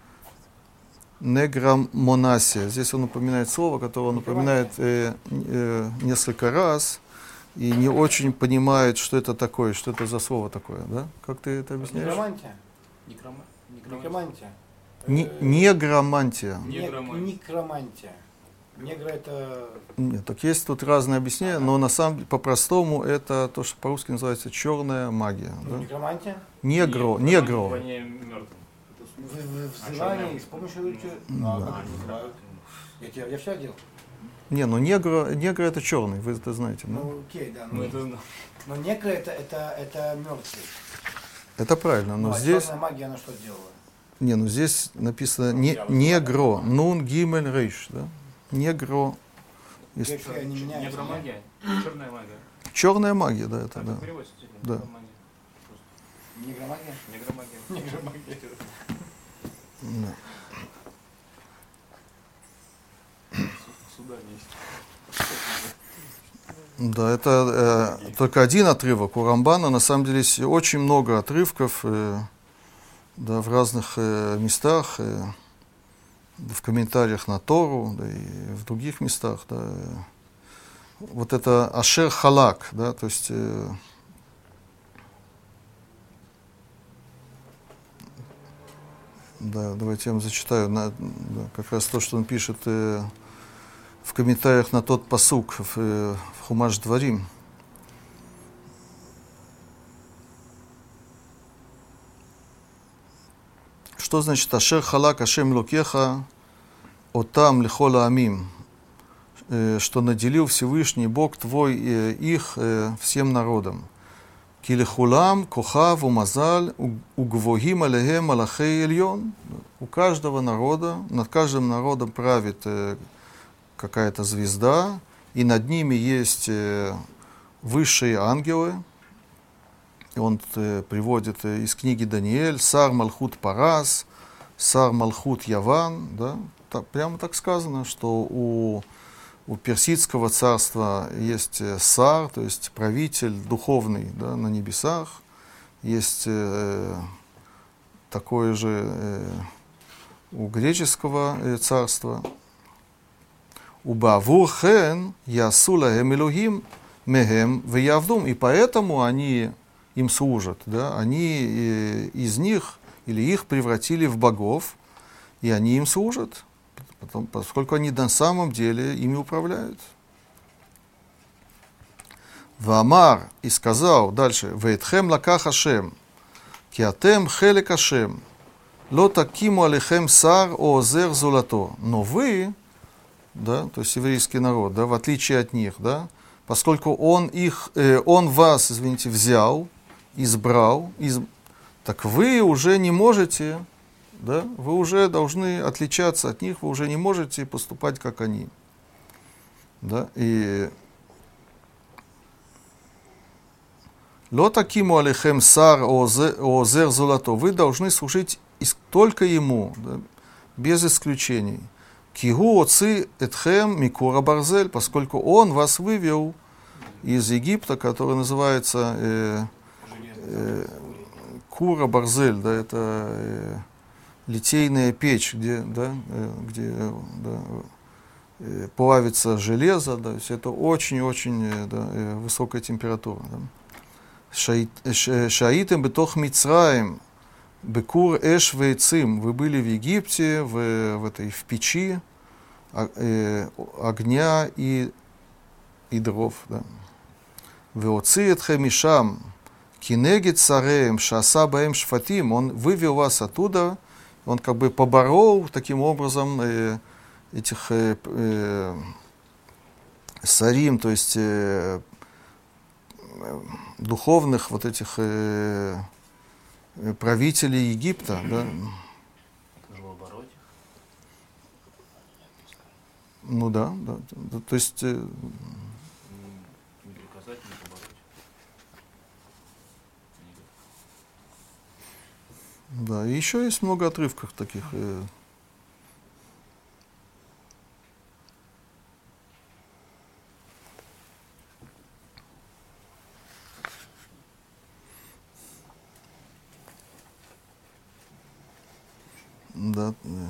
неграммонасия. Здесь он упоминает слово, которое он упоминает э, э, несколько раз, и не очень понимает, что это такое, что это за слово такое. Да? Как ты это объясняешь? Некромантия. Некрома... Некромантия. Не, негромантия. Негромантия. Некромантия. Негро это... Нет, так есть тут разные объяснения, но на самом деле по-простому это то, что по-русски называется черная магия. Да? Некромантия? Негро, негро. Взывание с помощью... Да. Я, я, я все делал. Не, ну негро, негро это черный, вы это знаете. Да? Ну окей, да. Мы Но, это знаем. но негро это, это, это мертвый. Это правильно, но Ну, а здесь... черная магия, она что делала? Не, ну здесь написано не, негро, нун гимель рейш, да? Негро. Есть... Если они меняются, Негромагия. Черная магия. Черная магия, да, это, Так да. переводится. Да. Негромагия. Негромагия? Негромагия. Негромагия. Да. Сюда есть. Да, это э, только один отрывок у Рамбана. На самом деле есть очень много отрывков э, да, в разных э, местах, э, в комментариях на Тору, да, и в других местах. Да. Вот это Ашер Халак, да, то есть э, да, давайте я вам зачитаю на, да, как раз то, что он пишет э, в комментариях на тот пасук в, в Хумаш Дварим. Что значит Ашер Халак Ашем Лукеха Отам Лихола Амим? Что наделил Всевышний Бог твой э, их э, всем народам. Килихулам Кохав Умазаль Угвогим Алехем Алахей Ильон. У каждого народа, над каждым народом правит э, какая-то звезда, и над ними есть э, высшие ангелы. И он э, приводит э, из книги Даниэль, Сар Малхут Парас, Сар Малхут Яван. Да? Так, прямо так сказано, что у, у персидского царства есть э, Сар, то есть правитель духовный, да, на небесах. Есть э, такое же э, у греческого э, царства. Убавур хен ясула эмилухим мехем веявдум. И поэтому они им служат. Да? Они э, из них или их превратили в богов, и они им служат, потом, поскольку они на самом деле ими управляют. Ваамар, и сказал дальше, «Вейтхем лаках Ашем, киатем хелек Ашем, ло такиму алехем сар оозер зулато». Но вы, да, то есть еврейский народ, да, в отличие от них, да, поскольку он, их, э, он вас, извините, взял, избрал, из... так вы уже не можете, да, вы уже должны отличаться от них, вы уже не можете поступать, как они. Да, и «Ло такиму алехем сар оозер золото». Вы должны служить только ему, да, без исключений. «Кигу оци этхем микура барзель», поскольку он вас вывел из Египта, который называется э, э, Кура Барзель, да, это э, литейная печь, где, да, э, где да, э, плавится железо, да, то есть это очень-очень э, да, э, высокая температура. Да. Шаитем бетох Мицраим, бекур эш вейцим. Вы были в Египте, в, в этой в печи огня и, и дров. Да. Веоци этхем мишам кинегет цареем шаса баэм шфатим. Он вывел вас оттуда, он как бы поборол таким образом э, этих э, э, сарим, то есть э, духовных вот этих э, правителей Египта, да. Тяжело бороть их. Ну да, да, да, то есть э, Не приказать, не побороть. да, и еще есть много отрывков таких. Э, да. э.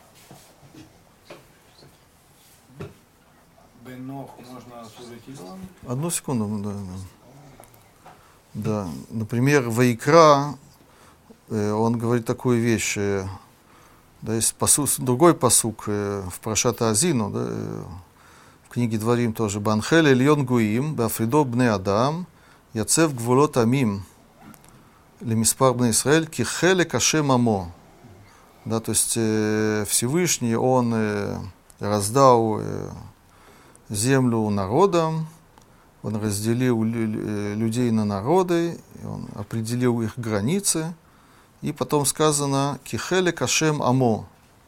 Бенох можно служить идолам? Одну секунду, да, да. Да, например, Ваикра, э, он говорит такую вещь, э, да, есть посук, другой посук э, в Парашат Азину, да, э, в книге Дворим тоже, Банхель Эльон Гуим, Бафридо Бне Адам, Яцев Гвулот Амим, Лемиспар Бне Исраэль, Кихеле Каше Мамо. Да, то есть э, Всевышний, он э, раздал э, землю народам, он разделил людей на народы, он определил их границы, и потом сказано «Кихеле кашем амо».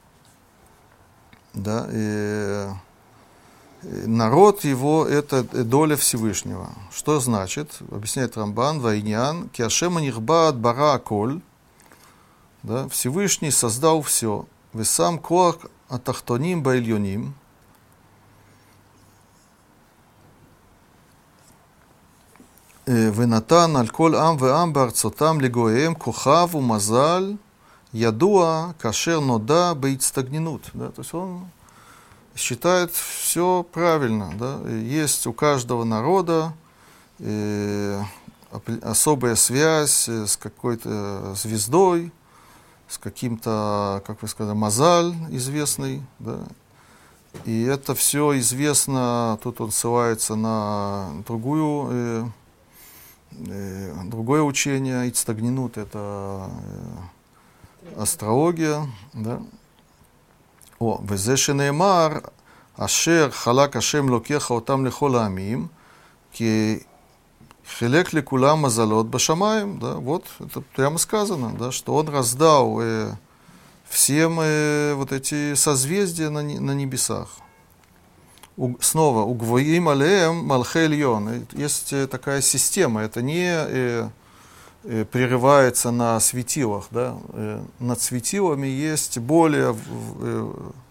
Да, и народ его – это доля Всевышнего. Что значит? Объясняет Рамбан, «Вайнян, киашема нихбад бара аколь». Да, Всевышний создал все. «Весам коах атахтоним баильоним». ונתן על כל עם ועם בארצותם לגויהם כוכב ומזל ידוע כאשר נודע בהצטגננות. Да, то есть он считает все правильно. Да. Есть у каждого народа э, особая связь с какой-то звездой, с каким-то, как вы сказали, мазаль известный. Да. И это все известно, тут он ссылается на другую э, другое учение, ицтагнинут, это астрология, да. О, везе шенеемар, ашер халак Ашем локеха отам лехол аамим, ки хилек лекулам мазалот башамаим, да, вот это прямо сказано, да, что он раздал э, всем э, вот эти созвездия на, на небесах. У, снова, у Гвоим Алеем Малхе Эльон. Есть такая система, это не э, э, прерывается на светилах. Да? Э, над светилами есть более э,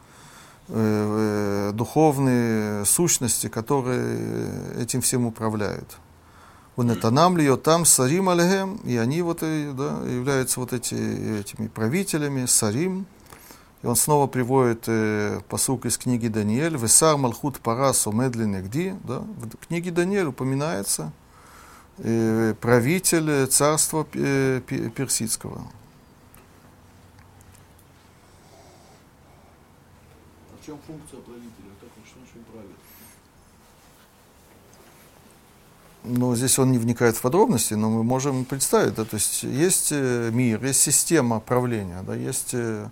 э, духовные сущности, которые этим всем управляют. Унетанам ли там Сарим Алехем, и они вот, да, являются вот эти, этими правителями, Сарим. И он снова приводит э, пасук из книги Даниэль. «Весар малхут парас омедли негди». Да? В книге Даниэль упоминается э, правитель царства э, персидского. А в чем функция правителя? Как он, что он чем правит? Ну, здесь он не вникает в подробности, но мы можем представить. Да? То есть есть мир, есть система правления, да? Есть... Э,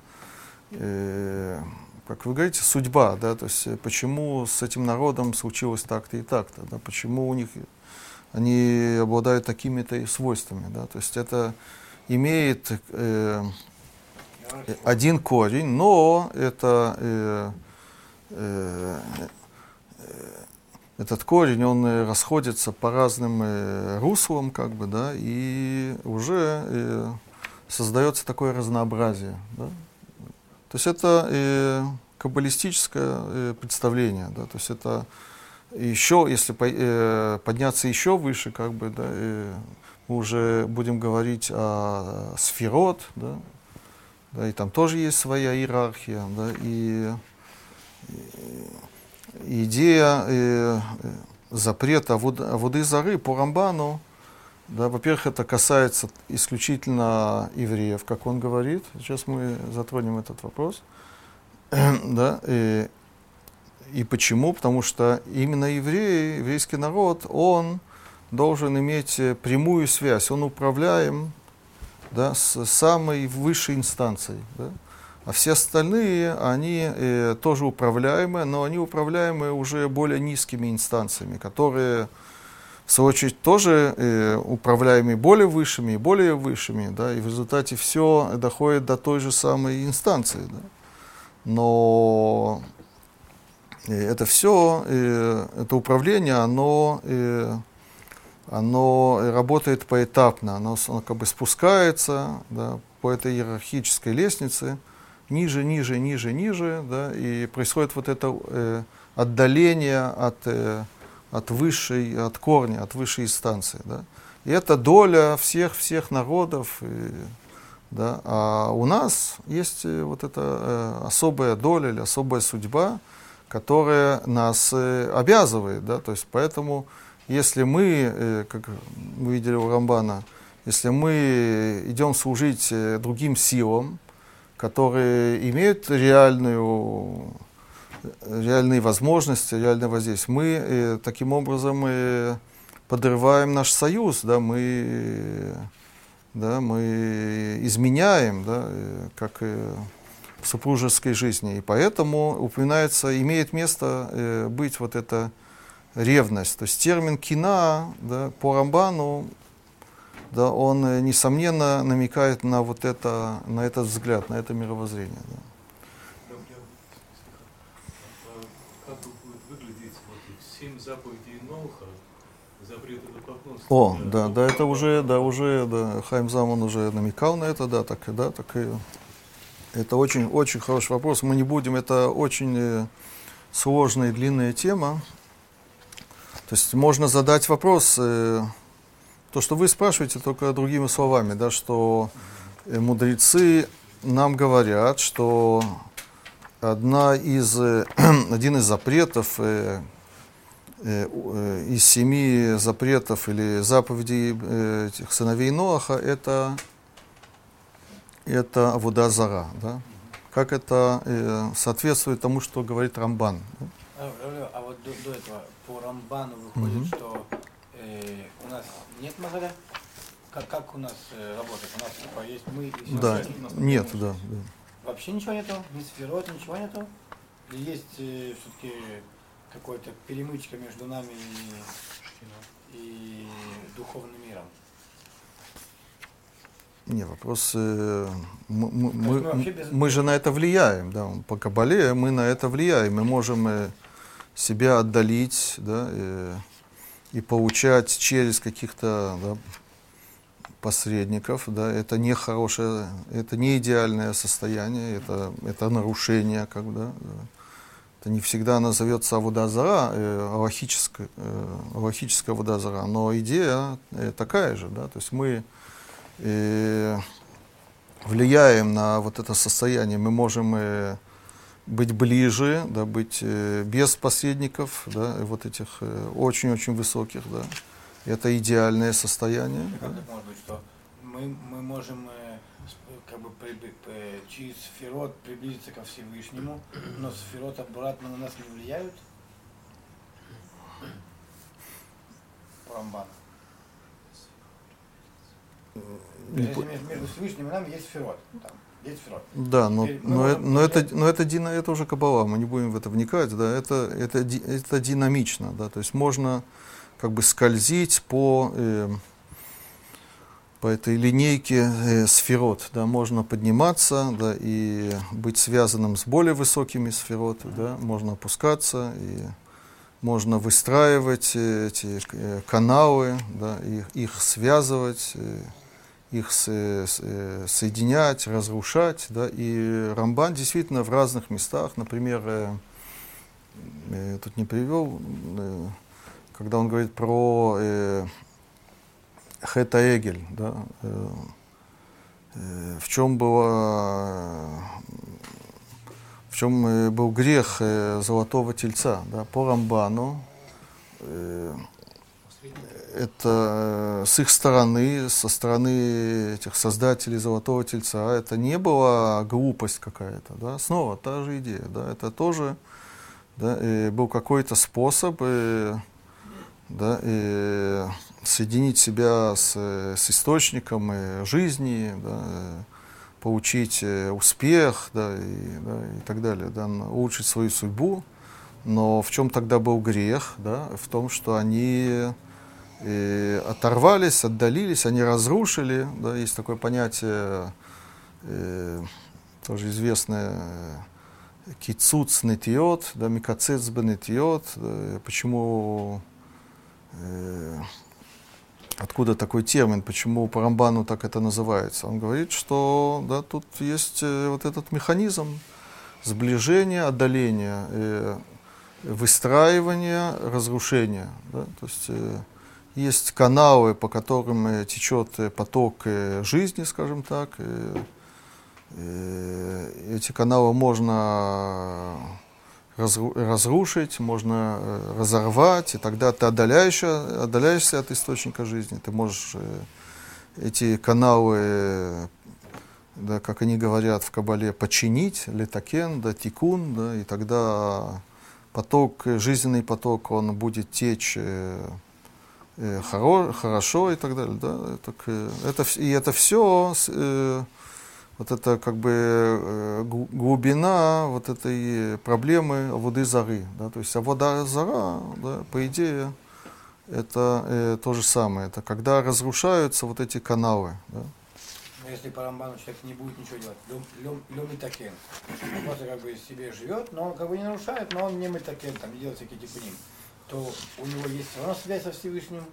как вы говорите, судьба, да, то есть почему с этим народом случилось так-то и так-то, да, почему у них они обладают такими-то свойствами, да, то есть это имеет э, один корень, но это э, э, этот корень, он расходится по разным э, руслам, как бы, да, и уже э, создается такое разнообразие, да. То есть это э, каббалистическое э, представление, да, то есть это еще, если по, э, подняться еще выше, как бы, да, э, мы уже будем говорить о сферот, да, да, и там тоже есть своя иерархия, да, и, и идея э, запрета воды, воды зары по Рамбану, Да, во-первых, это касается исключительно евреев, как он говорит. Сейчас мы затронем этот вопрос. Да, и, и почему? Потому что именно евреи, еврейский народ, он должен иметь прямую связь, он управляем, да, с самой высшей инстанцией. Да? А все остальные, они э, тоже управляемые, но они управляемые уже более низкими инстанциями, которые, в свою очередь, тоже э, управляемые более высшими и более высшими, да, и в результате все доходит до той же самой инстанции. Да. Но э, это все, э, это управление, оно, э, оно работает поэтапно, оно, оно как бы спускается, да, по этой иерархической лестнице, ниже, ниже, ниже, ниже, да, и происходит вот это э, отдаление от, э, от высшей, от корня, от высшей инстанции. Да. И это доля всех-всех народов. И, да, а у нас есть вот эта э, особая доля или особая судьба, которая нас э, обязывает. Да, то есть поэтому, если мы, э, как мы видели у Рамбана, если мы идем служить э, другим силам, которые имеют реальную, реальные возможности, реальное воздействие. Мы э, таким образом э, подрываем наш союз, да, мы, да, мы изменяем, да, э, как э, в супружеской жизни. И поэтому упоминается, имеет место э, быть вот эта ревность. То есть термин кина, да, по Рамбану, да, он, несомненно, намекает на вот это, на этот взгляд, на это мировоззрение. Да. Как будет выглядеть вот семь заповедей Ноха, запрет идолопоклонства? О, да, да, это уже, да, уже, да, Хаим Залман уже намекал на это, да, так, да, так и это очень, очень хороший вопрос. Мы не будем, это очень сложная и длинная тема. То есть можно задать вопрос. То, что вы спрашиваете, только другими словами, да, что э, мудрецы нам говорят, что одна из, э, один из запретов, э, э, э, из семи запретов или заповедей э, этих сыновей Ноаха, это, это авода зара. Да? Как это э, соответствует тому, что говорит Рамбан. Да? А, а вот до, до этого по Рамбану выходит, Mm-hmm. что э, у нас нет мазаля? Как, как у нас э, работает? У нас типа есть мы и все. Да, нет, да, да. Вообще ничего нету? Ни сферот, ничего нету? Или есть э, все-таки какая-то перемычка между нами и, и духовным миром? Не, вопрос, э, мы, мы, мы, мы, без... мы же на это влияем, да, по Кабале мы на это влияем, мы можем э, себя отдалить, да, э, и получать через каких-то, да, посредников, да, это не хорошее, это не идеальное состояние, это, это нарушение, как бы, да, это не всегда назовется авода зара, э, алахическая, э, алахическая авода зара, но идея э, такая же, да, то есть мы э, влияем на вот это состояние, мы можем э, быть ближе, да, быть э, без посредников, да, вот этих э, очень-очень высоких, да. Это идеальное состояние. Как Да? так может быть, что мы, мы можем э, как бы при, э, через сферот приблизиться ко Всевышнему, но сферот обратно на нас не влияют? По Рамбану. Если между, между Всевышним и нами есть сферот. Там, есть сферот. Да, но, Теперь мы но, можем э- но, это, взять- но это, дина- это уже кабала, мы не будем в это вникать, да, это, это, ди- это динамично, да, то есть можно как бы скользить по, э, по этой линейке э, сферот, да, можно подниматься, да, и быть связанным с более высокими сферот, да, можно опускаться, и можно выстраивать эти э, каналы, да, их, их связывать, э, их с, с, соединять, разрушать, да, и Рамбан действительно в разных местах, например, э, я тут не привел, э, когда он говорит про э, Хета Эгель, да, э, э, в чем было, в чем э, был грех э, золотого тельца, да, по Рамбану, э, это с их стороны, со стороны этих создателей Золотого Тельца, это не была глупость какая-то, да, снова та же идея, да, это тоже, да, был какой-то способ, и, да, и соединить себя с, с источником и жизни, да, получить успех, да, и, да, и так далее, да, улучшить свою судьбу. Но в чем тогда был грех? Да? В том, что они э, оторвались, отдалились, они разрушили. Да? Есть такое понятие, э, тоже известное, кицуц нетиот, да, микацец бенетиот. Да, почему, э, откуда такой термин, почему по Рамбану так это называется? Он говорит, что да, тут есть э, вот этот механизм сближения, отдаления, э, выстраивания, разрушения. Да? То есть э, есть каналы, по которым э, течет э, поток э, жизни, скажем так. Э, э, эти каналы можно разру- разрушить, можно э, разорвать, и тогда ты отдаляешься, отдаляешься от источника жизни. Ты можешь э, эти каналы, э, да, как они говорят в Кабале, починить, летакен, да, тикун, да, и тогда поток, жизненный поток, он будет течь э, э, хоро, хорошо и так далее. Да? Так, э, это, и это все, э, вот это как бы э, глубина вот этой проблемы воды зары. Да? То есть а вода зара, да, по идее, это э, то же самое. Это когда разрушаются вот эти каналы. Да? Но если по Рамбану человек не будет ничего делать, лем митакен, он просто как бы себе живет, но он как бы не нарушает, но он не митакен, там, не делает всякие типуним, то у него есть все равно связь со Всевышним.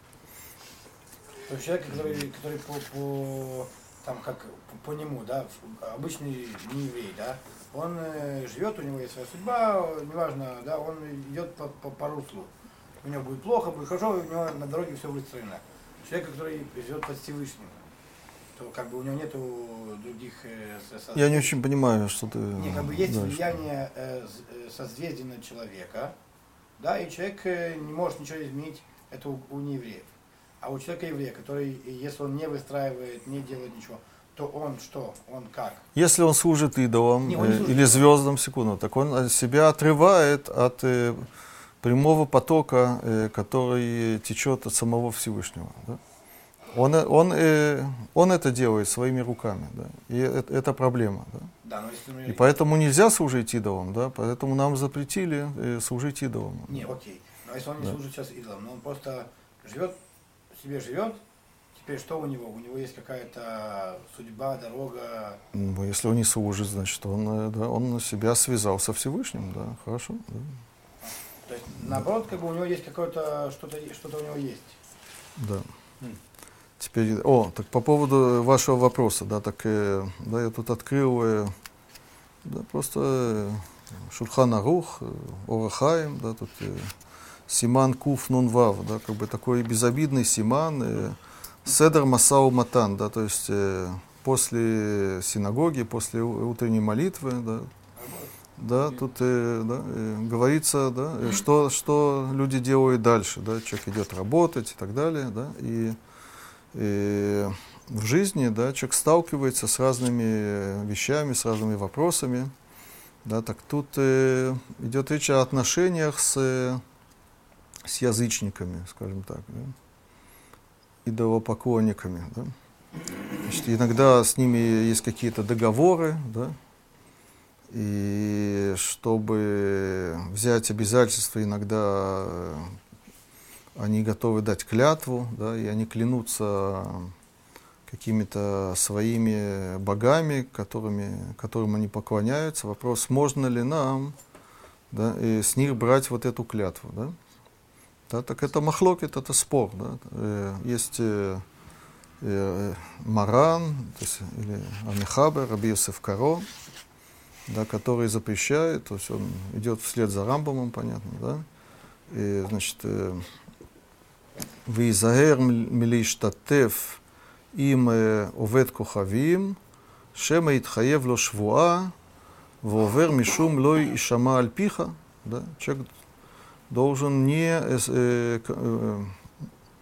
То есть человек, который, который по, по, там, как, по, по нему, да, обычный не еврей, да, он э, живет, у него есть своя судьба, неважно, да, он идет по, по, по руслу. У него будет плохо, будет хорошо, у него на дороге все выстроено. Человек, который живет под Всевышним, то как бы у него нету других э, со, Я не очень понимаю, что ты... Не, как бы есть дальше. влияние э, созвездия на человека, да, и человек э, не может ничего изменить, это у, у неевреев. А у человека еврея, который, если он не выстраивает, не делает ничего, то он что? Он как? Если он служит идолам Не, он не э, служит или звездам, секунду, так он себя отрывает от э, прямого потока, э, который течет от самого Всевышнего. Да? Он, он, э, он это делает своими руками, да? И это, это проблема. Да? Да, но если, например, И поэтому нельзя служить идолам, да? Поэтому нам запретили э, служить идолам. Не, окей. Но если он не Да. служит сейчас идолам, но он просто живет, себе живет, теперь что у него? У него есть какая-то судьба, дорога. Ну, если он не служит, значит, он, э, да, он себя связал со Всевышним, да, хорошо. Да. То есть, наоборот, как бы у него есть какое-то, что-то, что-то у него есть. Да. Теперь, о, так по поводу вашего вопроса, да, так, э, да, я тут открыл, э, да, просто э, Шульхан Арух, э, Ор ха-Хаим, да, тут э, Симан Куф Нун Вав, да, как бы такой безобидный Симан, э, Седер Масау Матан, да, то есть э, после синагоги, после утренней молитвы, да, да, тут э, да, э, говорится, да, э, что, что люди делают дальше, да, человек идет работать и так далее, да, и И в жизни, да, человек сталкивается с разными вещами, с разными вопросами. Да, так тут э, идет речь о отношениях с, с язычниками, скажем так, да, идолопоклонниками. Да. Значит, иногда с ними есть какие-то договоры, да, и чтобы взять обязательства, иногда они готовы дать клятву, да, и они клянутся какими-то своими богами, которыми, которым они поклоняются. Вопрос, можно ли нам, да, и с них брать вот эту клятву. Да? Да, так это махлокет, это спор. Да? Есть э, э, Маран, то есть, или Амихабер, Раби Йосеф Каро, да, который запрещает, то есть он идет вслед за Рамбамом, понятно, да? И, значит, э, «Визаэр милиштатеф им овед кохавим, шема итхаев ло швуа, вовер мишум лой ишама альпиха». Да? Человек должен не, э, э,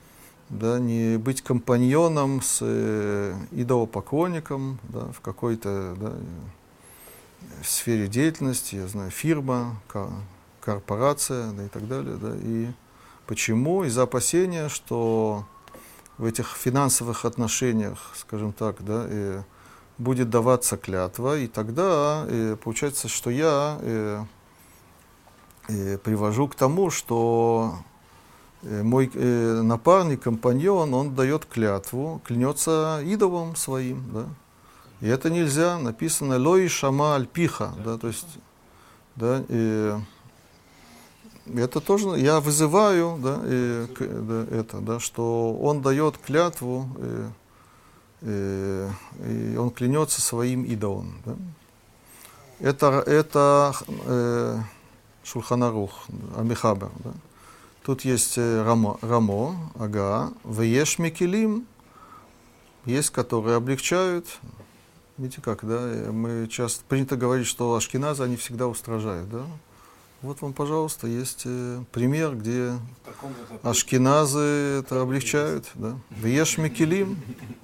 да, не быть компаньоном с э, идолопоклонником, да, в какой-то, да, в сфере деятельности, я знаю, фирма, ко- корпорация, да, и так далее. Да, и почему? Из-за опасения, что в этих финансовых отношениях, скажем так, да, э, будет даваться клятва, и тогда э, получается, что я э, э, привожу к тому, что э, мой э, напарник, компаньон, он дает клятву, клянется идолом своим, да. И это нельзя, написано «лой шама альпиха», да, то есть, да, и это тоже, я вызываю, да, и, к, да, это, да, что он дает клятву, и, и, и он клянется своим идолом, да. Это, это э, Шулхан Арух, Амихабер, да. Тут есть рамо, рамо, ага, вееш микелим, есть, которые облегчают. Видите как, да, мы часто принято говорить, что ашкеназы, они всегда устражают, да. Вот вам, пожалуйста, есть э, пример, где ашкеназы это облегчают, да. Вееш микелим,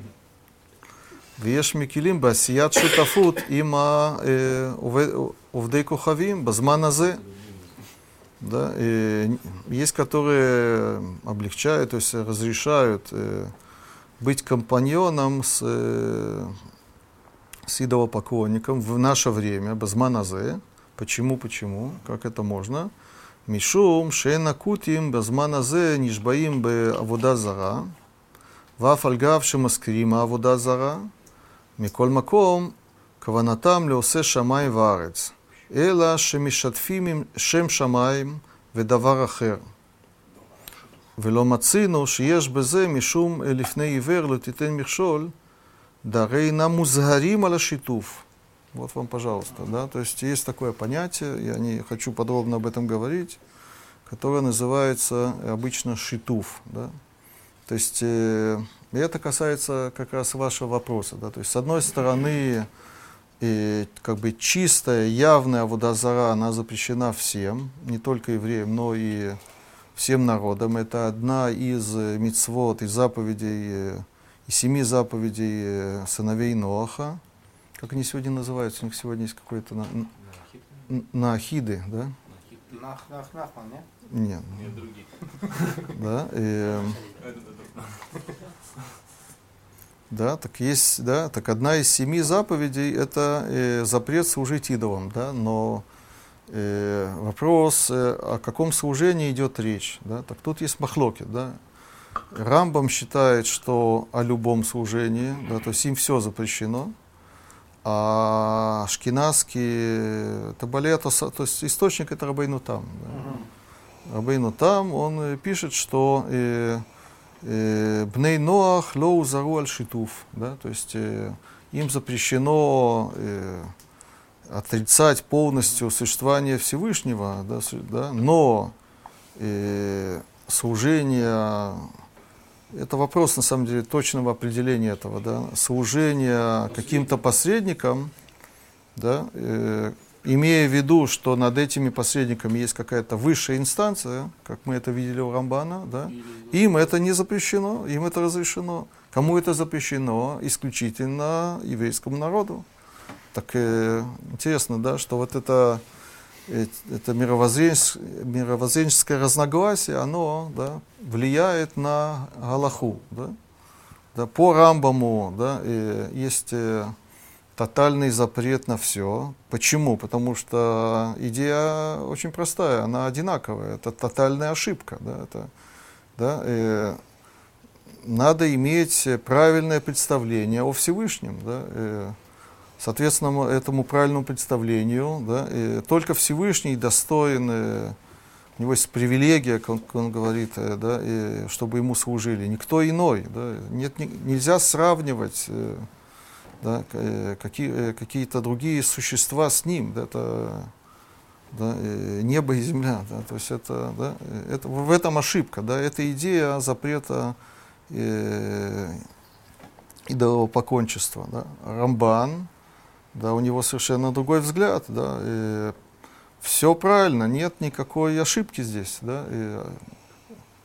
вееш микелим, басият шутафут, има увдей кохавим, базман азе. Да, и есть, которые облегчают, то есть разрешают э, быть компаньоном с, э, с идолопоклонником в наше время, базман азе. Почему, почему? Как это можно? Мишум шейна кутим базман азе нишбаим бе авода зара, ваф альгав шемаскрим авода зара, миколь маком каванатам леосе шамай варец. אלא שמשתפים עם שם שמיים ודבר אחר. ולא מצינו שיש בזה משום לפני עיוור לא תיתן מכשול, דהרי אינם מוזהרים על השיתוף. Вот вам, пожалуйста, да, то есть есть такое понятие, я не хочу подробно об этом говорить, которое называется обычно шитуф, да. То есть э, это касается как раз вашего вопроса, да, то есть с одной стороны, и как бы чистая, явная авода зара, она запрещена всем, не только евреям, но и всем народам. Это одна из мицвот, из заповедей, из семи заповедей сыновей Ноаха. Как они сегодня называются? У них сегодня есть какой-то на, наахиды, да? Нах, нах, нахман, нет? Нет. Нет, другие. Да, и, да, так есть, да, так одна из семи заповедей это э, запрет служить идолам, да, но э, вопрос, э, о каком служении идет речь, да, так тут есть махлокет, да. Рамбам считает, что о любом служении, да, то есть им все запрещено, а ашкеназский табале, то, то есть источник это Рабейну Там. Да. Рабейну Там, он пишет, что э, Бней Ноах лоу зару аль шитуф, да, то есть э, им запрещено э, отрицать полностью существование Всевышнего, да, да, но э, служение, это вопрос на самом деле точного определения этого, да, служение каким-то посредникам, да, э, имея в виду, что над этими посредниками есть какая-то высшая инстанция, как мы это видели у Рамбана, да, им это не запрещено, им это разрешено. Кому это запрещено? Исключительно еврейскому народу. Так э, интересно, да, что вот это, э, это мировоззренческое, мировоззренческое разногласие, оно, да, влияет на галаху. Да. Да, по Рамбаму, да, э, есть... Э, тотальный запрет на все. Почему? Потому что идея очень простая, она одинаковая. Это тотальная ошибка. Да, это, да, э, надо иметь правильное представление о Всевышнем. Да, э, соответственно, этому правильному представлению, да, э, только Всевышний достоин, э, у него есть привилегия, как он, как он говорит, э, да, э, чтобы ему служили. Никто иной. Да, нет, не, нельзя сравнивать... Э, Да, какие, какие-то другие существа с ним, да, это, да, небо и земля, да, то есть это, да, это, в этом ошибка, да, это идея запрета э, идолопоклонничества, да. Рамбан, да, у него совершенно другой взгляд, да, и все правильно, нет никакой ошибки здесь, да, и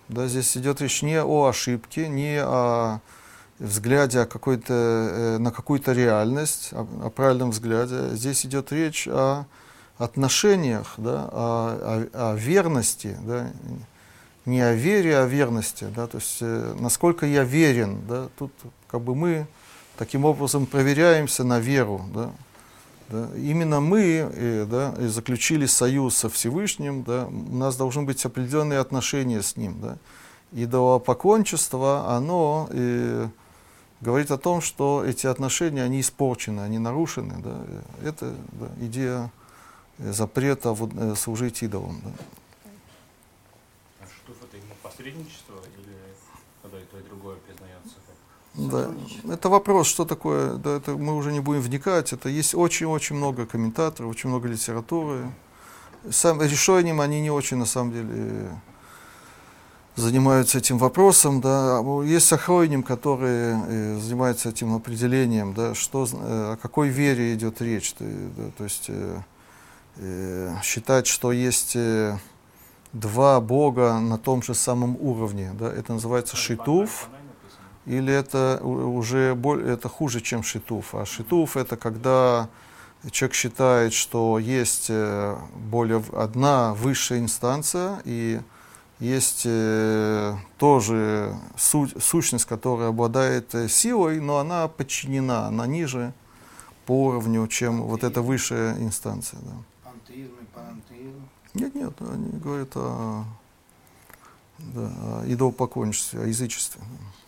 Да, здесь идет речь не о ошибке, не о взгляде о какой-то, э, на какую-то реальность, о, о правильном взгляде. Здесь идет речь о отношениях, да, о, о, о верности, да, не о вере, а о верности. Да, то есть э, насколько я верен. Да, тут как бы мы таким образом проверяемся на веру. Да. Да. Именно мы э, да, заключили союз со Всевышним, да, у нас должны быть определенные отношения с Ним. Да. Идолопоклонничество, оно э, говорит о том, что эти отношения, они испорчены, они нарушены. Да. Это да, идея запрета э, служить идолам. Да. А шитуф это именно посредничество или когда и то, и другое признается? Да, это вопрос, что такое, да, это мы уже не будем вникать, это есть очень-очень много комментаторов, очень много литературы. Сам решением они не очень, на самом деле, занимаются этим вопросом, да. Есть охройним, которые э, занимаются этим определением, да, что, э, о какой вере идет речь, да, то есть э, э, считать, что есть э, два Бога на том же самом уровне, да, это называется шитуф. Или это уже более, это хуже, чем шитуф. А шитуф это когда человек считает, что есть более одна высшая инстанция и есть э, тоже суть, сущность, которая обладает силой, но она подчинена, она ниже по уровню, чем пантеизм. Вот эта высшая инстанция. Да. Пантеизм и пантеизм. Нет, нет, они говорят о, да, о идолопоклонничестве, о язычестве.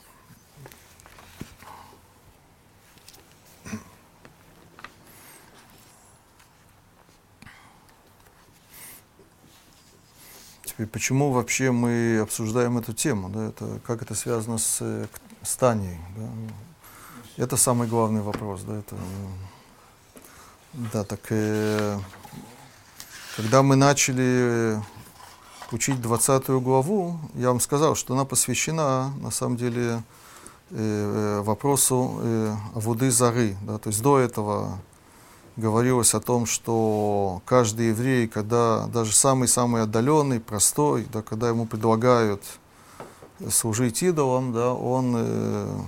Теперь, почему вообще мы обсуждаем эту тему? Да? Это, как это связано с, с Таней? Да? Это самый главный вопрос. Да, это, да так, э, когда мы начали учить двадцатую главу, я вам сказал, что она посвящена, на самом деле, э, вопросу э, аводы зары. Да? То есть до этого говорилось о том, что каждый еврей, когда даже самый-самый отдаленный, простой, да, когда ему предлагают служить идолам, да, он э,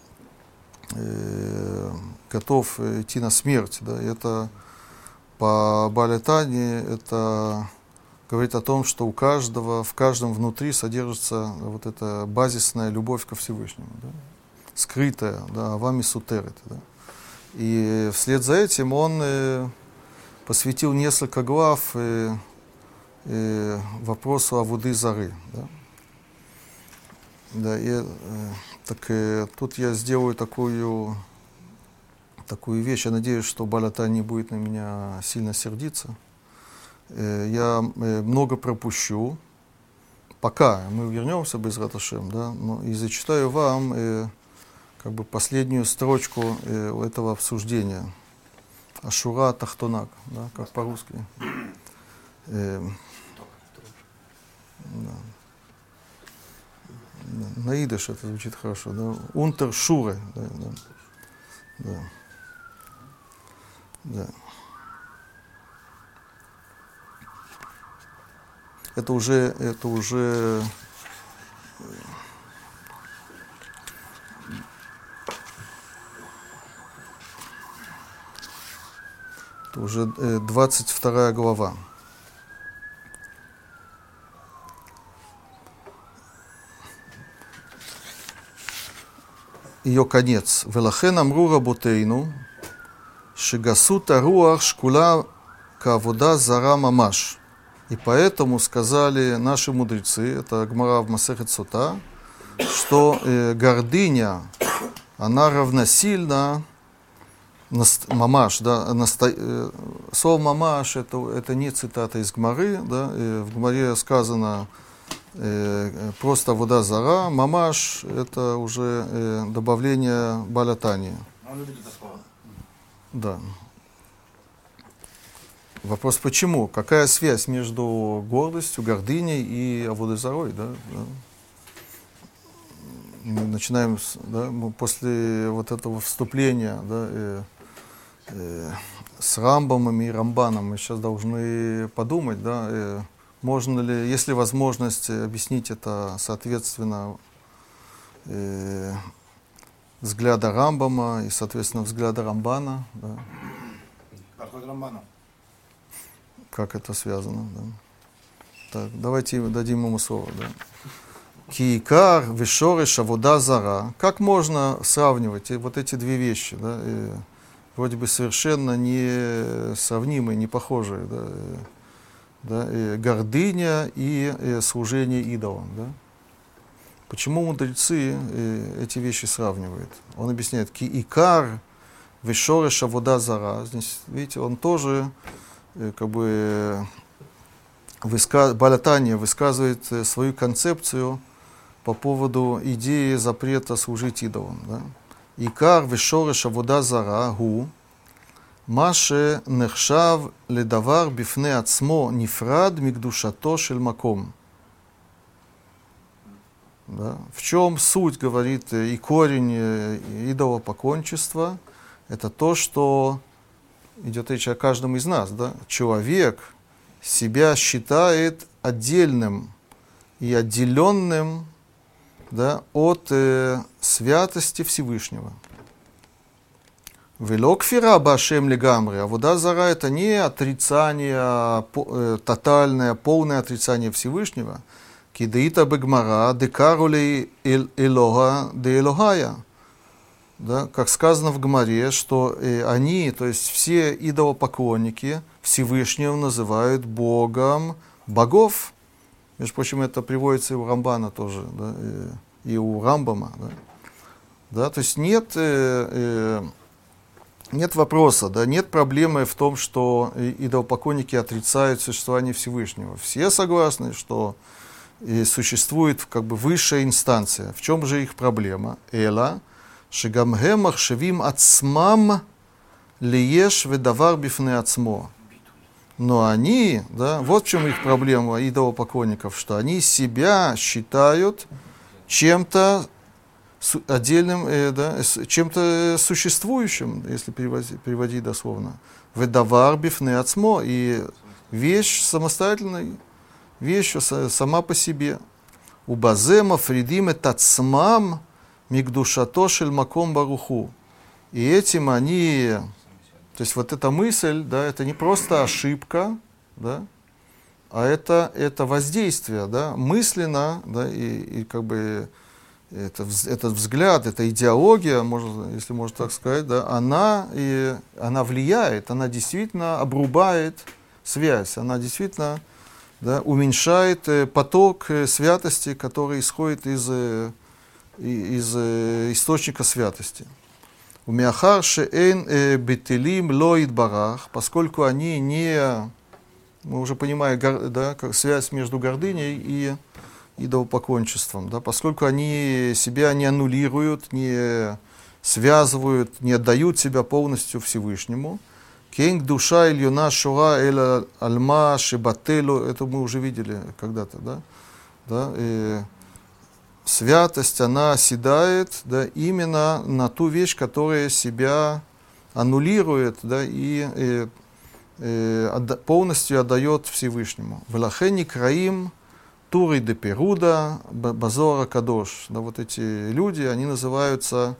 э, готов идти на смерть. Да, и это по Бааль Тане это говорит о том, что у каждого, в каждом внутри содержится вот эта базисная любовь ко Всевышнему, да, скрытая, да, авами сутерет. Да. И вслед за этим он э, посвятил несколько глав э, э, вопросу аводы зары. Да? Да, и, э, так, э, тут я сделаю такую, такую вещь. Я надеюсь, что Бааль Тан не будет на меня сильно сердиться. Э, я э, много пропущу, пока мы вернемся без Раташем, да, но и зачитаю вам э, как бы последнюю строчку э, этого обсуждения. Ашура Тахтонак, да, как по-русски. Э, да. На идыш это звучит хорошо. Да. Унтер Шуре. Да, да. Да. Да. Это уже, это уже Это уже двадцать вторая глава. Ее конец. Велахен амру работейну, шигасут аруах шкула кавода зара мамаш. И поэтому сказали наши мудрецы, это Гмара в Масехет Сота, что э, гордыня, она равносильна мамаш, да, насто... слово мамаш это, это не цитата из Гмары, да, в Гмаре сказано э, просто вода зара, мамаш это уже э, добавление Бааль Тани. Он любит это слово. Да. Вопрос почему? Какая связь между гордостью, гордыней и аводой зарой, да? Да. Мы начинаем, да, мы после вот этого вступления, да, э, э, с Рамбамом и Рамбаном мы сейчас должны подумать, да, э, можно ли, есть ли возможность объяснить это соответственно э, взгляда Рамбама и, соответственно, взгляда Рамбана. Да. Подход Рамбану. Как это связано? Да. Так, давайте дадим ему слово. Да. Киикар, вешореш, авода зара. Как можно сравнивать вот эти две вещи? Да, и вроде бы совершенно не сравнимые, не похожие. Да, и, да, и гордыня и, и служение идолам. Да. Почему мудрецы и, эти вещи сравнивают? Он объясняет, киикар, вешореш, авода зара. Здесь, видите, он тоже как бы высказ... Балатания высказывает свою концепцию по поводу идеи запрета служить идолам. Да? Икар вешореш авода зара гу маше нехшав ледавар бифне ацмо нифрад мигдушато шель маком. Да? В чем суть, говорит, и корень идолопоклонничества? Это то, что идет речь о каждом из нас. Да? Человек себя считает отдельным и отделенным, да, от э, святости Всевышнего. Вело кфира башем легамри. Авода зара — это не отрицание, по, э, тотальное, полное отрицание Всевышнего. Кидаита бегмара декарули элога де элогая. Да, как сказано в Гмаре, что э, они, то есть все идолопоклонники, Всевышнего называют Богом богов. Между прочим, это приводится и у Рамбана тоже, да, и, и у Рамбама. Да. Да, то есть нет, э, э, нет вопроса, да, нет проблемы в том, что идолопоклонники отрицают существование Всевышнего. Все согласны, что э, существует как бы высшая инстанция. В чем же их проблема? Эла шигамге махшевим ацмам лиеш ведавар бифне ацмо. Но они, да, вот в чем их проблема идолопоклонников, что они себя считают чем-то отдельным, э, да, чем-то существующим, если переводить, переводить дословно. Ведавар бифне ацмо, и вещь самостоятельная, вещь сама по себе. Убазема фридим этацмам мигдушато шель маком баруху. И этим они... То есть вот эта мысль, да, это не просто ошибка, да, а это, это воздействие, да, мысленно, да, и, и как бы это, этот взгляд, эта идеология, можно, если можно так сказать, да, она, и, она влияет, она действительно обрубает связь, она действительно, да, уменьшает поток святости, который исходит из, из источника святости. Умяхар шеэн бетелим лоид барах, поскольку они не, мы уже понимаем, да, как связь между гордыней и идолопоклонничеством, да, поскольку они себя не аннулируют, не связывают, не отдают себя полностью Всевышнему. Кейнг душа ильюна шура эля альма шебателу, это мы уже видели когда-то, да, да, и святость, она оседает, да, именно на ту вещь, которая себя аннулирует, да, и, и, и отда, полностью отдает Всевышнему. Велахени краим туры де перуда базора кадош. Да, вот эти люди, они называются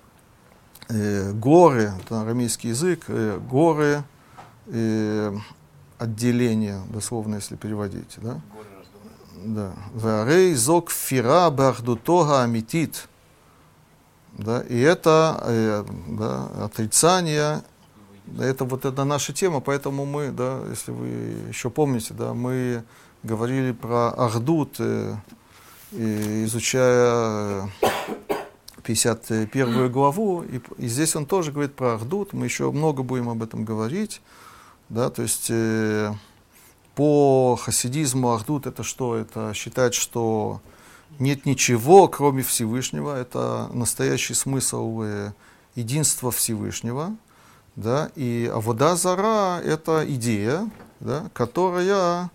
э, горы, это арамейский язык, э, горы э, отделения, дословно, если переводить, да. Да. Варей зок фира бахдутога амитит. Да, и это э, да, отрицание, да, это вот это наша тема, поэтому мы, да, если вы еще помните, да, мы говорили про ахдут, э, э, изучая пятьдесят первую главу, и, и здесь он тоже говорит про ахдут, мы еще много будем об этом говорить, да, то есть э, по хасидизму ахдут это что? Это считать, что нет ничего, кроме Всевышнего. Это настоящий смысл э, единства Всевышнего. Да? И авода зара — это идея, да, которая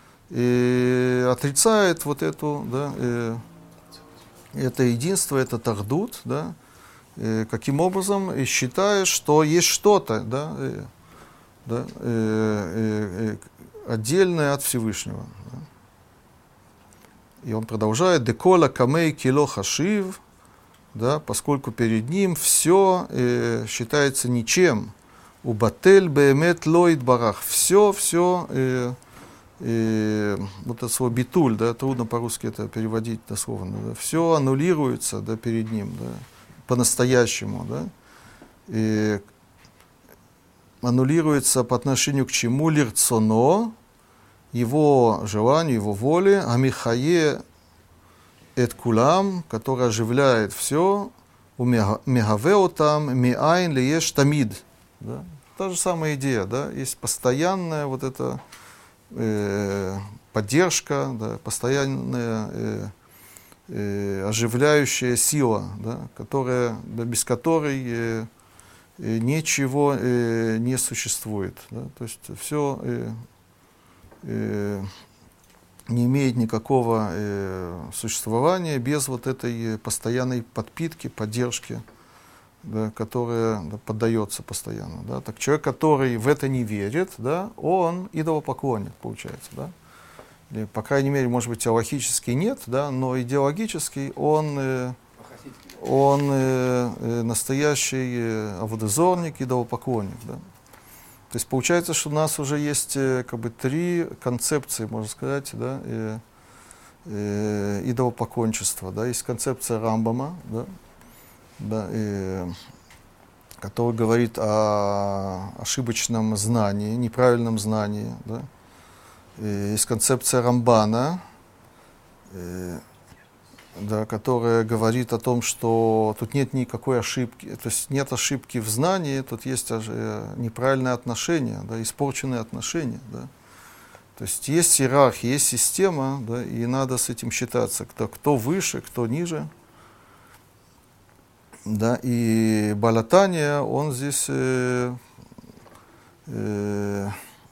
э, отрицает вот эту, да, э, это единство, это ахдут, да, э, каким образом, и считает, что есть что-то, да, э, да, э, э, отдельное от Всевышнего. Да. И он продолжает, «Декола камей кило хашив», да, поскольку перед ним все э, считается ничем. У батель беэмет лоид барах. Все, все, э, э, вот это слово битуль, да, трудно по-русски это переводить дословно. Да, все аннулируется, да, перед ним, да, по-настоящему. Да, и аннулируется по отношению к чему? Лирцоно, его желанию, его воле, амихае эт кулам, который оживляет все, у мегавео там миайн лиеш тамид. Да? Та же самая идея, да? Есть постоянная вот эта э, поддержка, да? Постоянная э, э, оживляющая сила, да? Которая, да, без которой э, э, ничего э, не существует. Да? То есть все э, э, не имеет никакого э, существования без вот этой постоянной подпитки, поддержки, да, которая, да, поддается постоянно. Да. Так человек, который в это не верит, да, он идолопоклонник, получается. Да. Или, по крайней мере, может быть, теологически нет, да, но идеологически он, э, он э, э, настоящий э, аводозорник, идолопоклонник. Да. То есть получается, что у нас уже есть как бы три концепции, можно сказать, да, э, э, идолопоклонничества. Да. Есть концепция Рамбама, да, да, э, который говорит о ошибочном знании, неправильном знании. Да. Есть концепция Рамбана, э, да, которая говорит о том, что тут нет никакой ошибки, то есть нет ошибки в знании, тут есть неправильное отношение, да, испорченные отношения. Да. То есть есть иерархия, есть система, да, и надо с этим считаться, кто, кто выше, кто ниже. Да, и Балатания, он здесь э, э,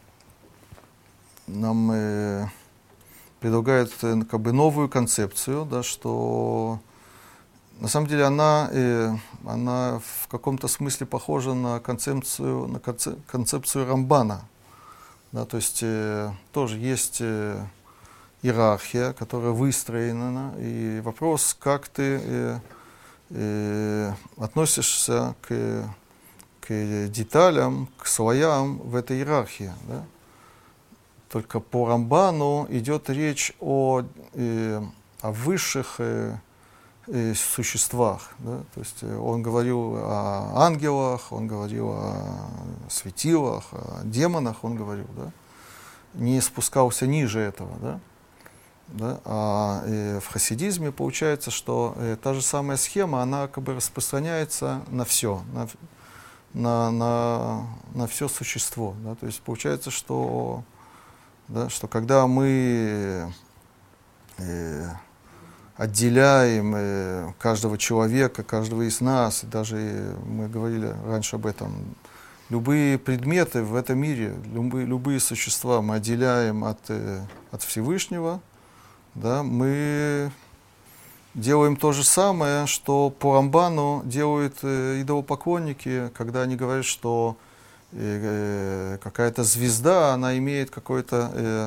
нам... Э, предлагает как бы новую концепцию, да, что на самом деле она, э, она в каком-то смысле похожа на концепцию, на концеп, концепцию Рамбана. Да, то есть э, тоже есть э, иерархия, которая выстроена, и вопрос, как ты э, э, относишься к, к деталям, к слоям в этой иерархии. Да. Только по Рамбану идет речь о, э, о высших э, э, существах. Да? То есть он говорил о ангелах, он говорил о светилах, о демонах, он говорил, да? Не спускался ниже этого. Да? Да? А э, в хасидизме получается, что э, та же самая схема, она как бы распространяется на все, на, на, на, на все существо. Да? То есть получается, что Да, что когда мы э, отделяем э, каждого человека, каждого из нас, и даже э, мы говорили раньше об этом, любые предметы в этом мире, любые, любые существа мы отделяем от, э, от Всевышнего, да, мы делаем то же самое, что по Рамбану делают э, идолопоклонники, когда они говорят, что э, какая-то звезда, она имеет какое-то э,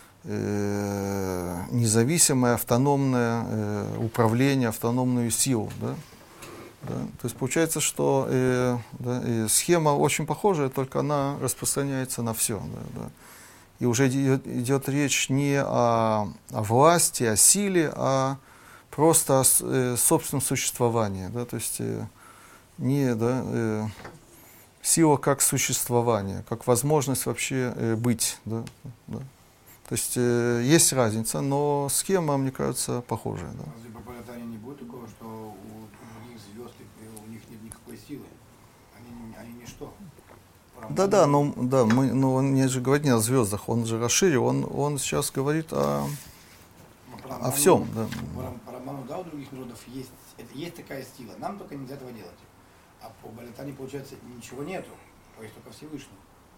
э, независимое, автономное э, управление, автономную силу. Да? Да? То есть получается, что э, да, э, схема очень похожая, только она распространяется на все. Да, да. И уже идет, идет речь не о, о власти, о силе, а просто о э, собственном существовании. Да? То есть э, не да, э, сила как существование, как возможность вообще э, быть. Да? Да? То есть э, есть разница, но схема, мне кажется, похожая. Да? Разве по Балатане не будет такого, что у, у других звезд у них нет никакой силы? Они, они ничто. Да, да, но, да, мы, но он не же говорит не о звездах, он же расширил, он, он сейчас говорит о, Роману, о всем. Да. По Роману, да, у других народов есть, это, есть такая сила, нам только нельзя этого делать. А по Балатане, получается, ничего нету, то есть только Всевышний.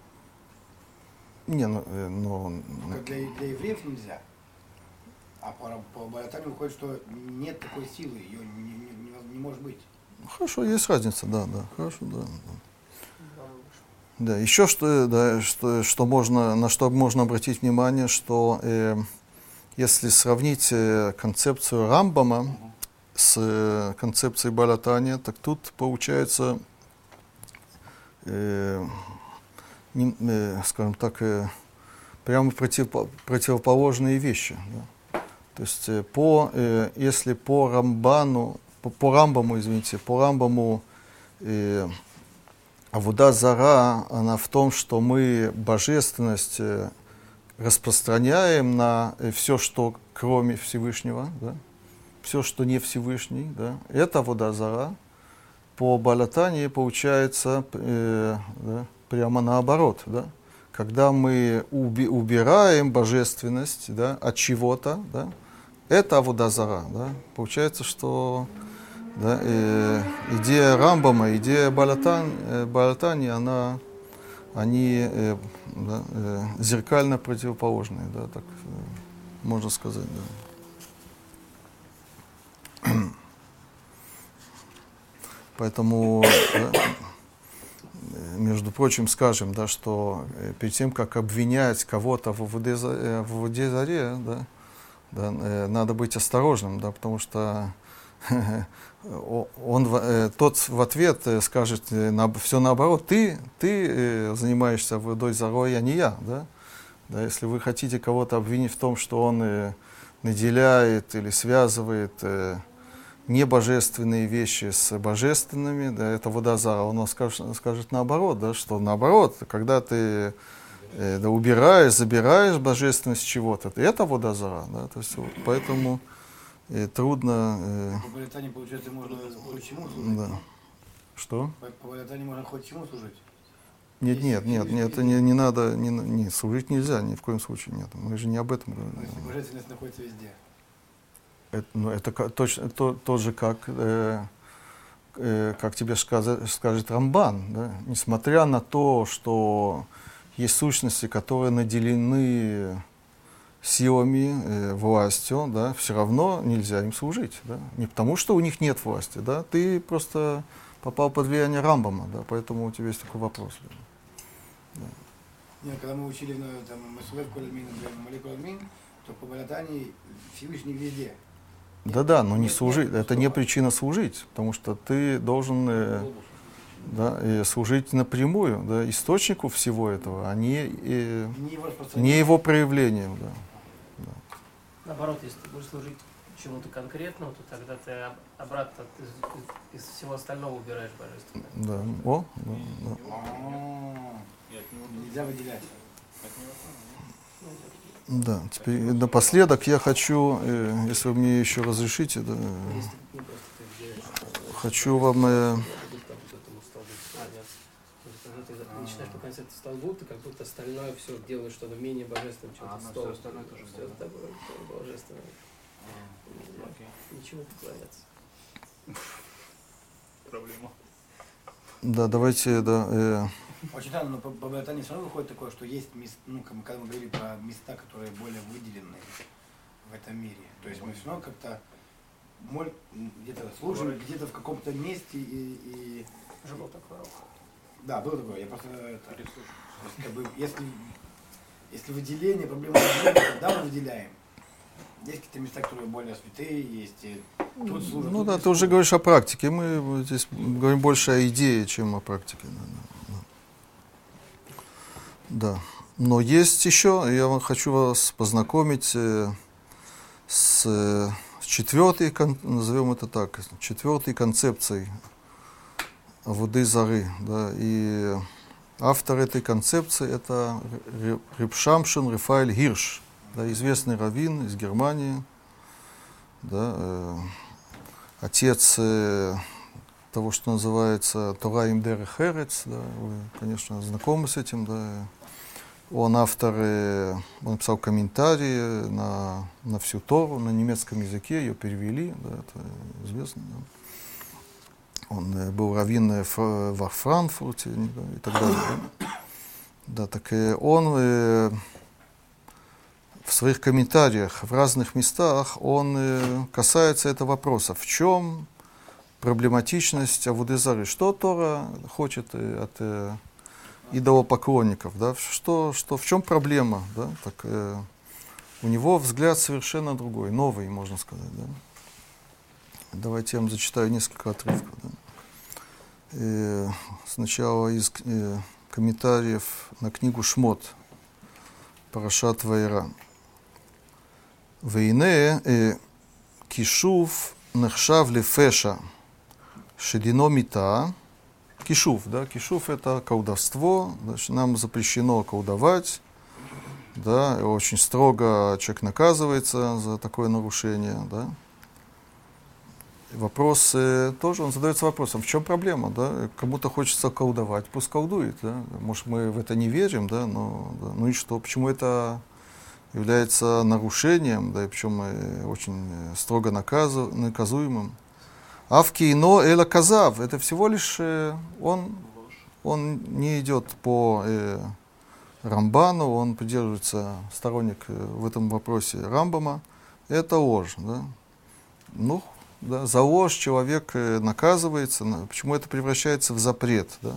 Не, ну, но, Как для, для евреев нельзя. А по, по Балатане выходит, что нет такой силы, ее не, не, не, не может быть. Хорошо, есть разница, да, да, хорошо, да. Да, еще что, да, что, что можно, на что можно обратить внимание, что э, если сравнить э, концепцию Рамбама с э, концепцией Бааль ха-Тания, так тут получается, э, не, э, скажем так, э, прямо против, противоположные вещи. Да. То есть э, по, э, если по Рамбану, по, по Рамбаму, извините, по Рамбаму э, авода зара, она в том, что мы божественность э, распространяем на э, все, что кроме Всевышнего, да. Все, что не Всевышний, да, это авода зара. По Бааль ха-Тании получается э, да, прямо наоборот, да. Когда мы уби- убираем божественность, да, от чего-то, да, это авода зара, да. Получается, что да, э, идея Рамбама, идея Бааль ха-Тании, она, они э, да, э, зеркально противоположные, да, так э, можно сказать, да. Поэтому, да, между прочим, скажем, да, что перед тем, как обвинять кого-то в аводе заре, да, да, надо быть осторожным, да, потому что он, тот в ответ скажет на, все наоборот: ты, ты занимаешься аводой зарой, а не я. Да? Да, если вы хотите кого-то обвинить в том, что он наделяет или связывает небожественные вещи с божественными, да, это авода зара, он скажет, скажет наоборот, да, что наоборот, когда ты э, да, убираешь, забираешь божественность чего-то, это авода зара, да, то есть вот, поэтому э, трудно... Э, по Бааль ха-Тании, получается, можно хоть чему служить? Да. Что? По, по Бааль ха-Тании можно хоть чему служить? Нет, Если нет, нет, нет, это не, не надо, не, не, служить нельзя, ни в коем случае нет, мы же не об этом говорим. То есть божественность находится везде. Это, ну, это точно то, то же, как, э, э, как тебе скажет, скажет Рамбан. Да? Несмотря на то, что есть сущности, которые наделены силами, э, властью, да, все равно нельзя им служить. Да? Не потому, что у них нет власти. Да? Ты просто попал под влияние Рамбама, да? Поэтому у тебя есть такой вопрос. Да. Нет, когда мы учили на Масувет Коль-Мин, Малик-Коль-Мин, то по Бааль ха-Тании Всевышний везде. Да-да, но не служить, это не причина служить, потому что ты должен э, да, э, служить напрямую, да, источнику всего этого, а не, э, Не его, не его проявлением. Да. Да. Наоборот, если ты будешь служить чему-то конкретному, то тогда ты об- обратно из, из всего остального убираешь божественное. Да. О, да, да. И от него Нельзя выделять. от него Да, теперь напоследок я хочу, э, если вы мне еще разрешите, да, Если не просто ты выделяешь, хочу вам... Э, к этому столбу. А, нет. Когда ты начинаешь поклоняться этому столбу, ты как будто остальное все делаешь что-то менее божественное, чем А, этот ну, столб. всё остальное тоже Всё было. такое божественное. Окей. Ничего поклоняться. проблема. да, давайте, да, э, Очень странно, но по, по Бааль ха-Тании все равно выходит такое, что есть места, ну, как мы, когда мы говорили про места, которые более выделены в этом мире. То есть мы все равно как-то моль- где-то служим, где-то в каком-то месте и, и... Уже был такой урок. Да, было такое. Я просто это, то есть, как бы, если, если выделение, проблема выделения, когда мы выделяем. Есть какие-то места, которые более святые, есть и тут служат. ну тут да, не ты уже служат. говоришь о практике, мы вот здесь говорим больше о идее, чем о практике. Да, да, да. Да. Но есть еще, я вам хочу вас познакомить э, с, э, с четвертой, кон- назовем это так, четвертой концепцией аводы зары. Да, и автор этой концепции это Ре- Реб Шамшин Рафаэль Гирш, да, известный раввин из Германии, да, э, отец э, того, что называется Тора им дерех эрец, да, вы, конечно, знакомы с этим, да. Он автор, э, он написал комментарии на, на всю Тору, на немецком языке, ее перевели, да, это известно. Да. Он э, был раввин э, фр- во Франкфурте, да, и так далее. Да, да, так э, он э, в своих комментариях в разных местах он э, касается этого вопроса. В чем проблематичность аводы зары? Что Тора хочет э, от, э, идолопоклонников, да, что, что, в чем проблема, да, так, э, у него взгляд совершенно другой, новый, можно сказать, да. Давайте я вам зачитаю несколько отрывков, да. Э, сначала из э, комментариев на книгу Шмот, Парашат Ваэра. Вейне э, кишув нахшав лефеша шедино мита. Кишув, да, кишув это колдовство, значит, нам запрещено колдовать, да, и очень строго человек наказывается за такое нарушение, да. И вопрос э, тоже, он задается вопросом, в чем проблема, да, кому-то хочется колдовать, пусть колдует, да, может мы в это не верим, да, но, да, ну и что, почему это является нарушением, да, и причем э, очень строго наказу, наказуемым. Авкино эла казав, это всего лишь э, он, он не идет по э, Рамбану, он придерживается сторонник э, в этом вопросе Рамбама, это ложь, да. Ну, да, за ложь человек э, наказывается, на, почему это превращается в запрет, да.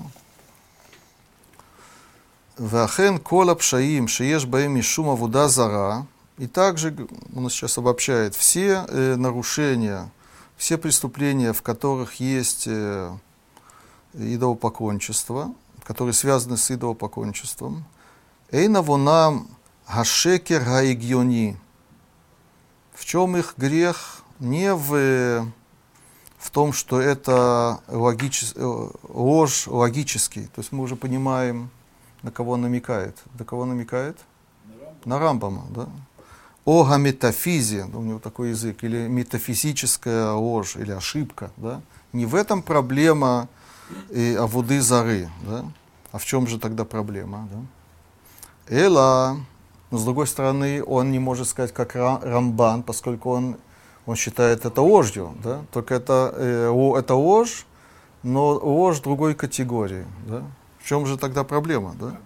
Вахен кола пшаим шееш баэм мишум авуда зара, и также он сейчас обобщает все э, нарушения, все преступления, в которых есть э, идолопоклончество, которые связаны с идолопоклончеством. Эйна вонам гашекер гаигьони. В чем их грех? Не в, в том, что это логичес, ложь логический. То есть мы уже понимаем, на кого он намекает. На кого намекает? На Рамбама, да. О гаметафизе, у него такой язык, или метафизическая ложь, или ошибка, да. Не в этом проблема и авуды зары, да. А в чем же тогда проблема, да? Эла, но с другой стороны, он не может сказать, как Рамбан, поскольку он, он считает это ложью, да. Только это, э, это ложь, но ложь другой категории, да. В чем же тогда проблема, да?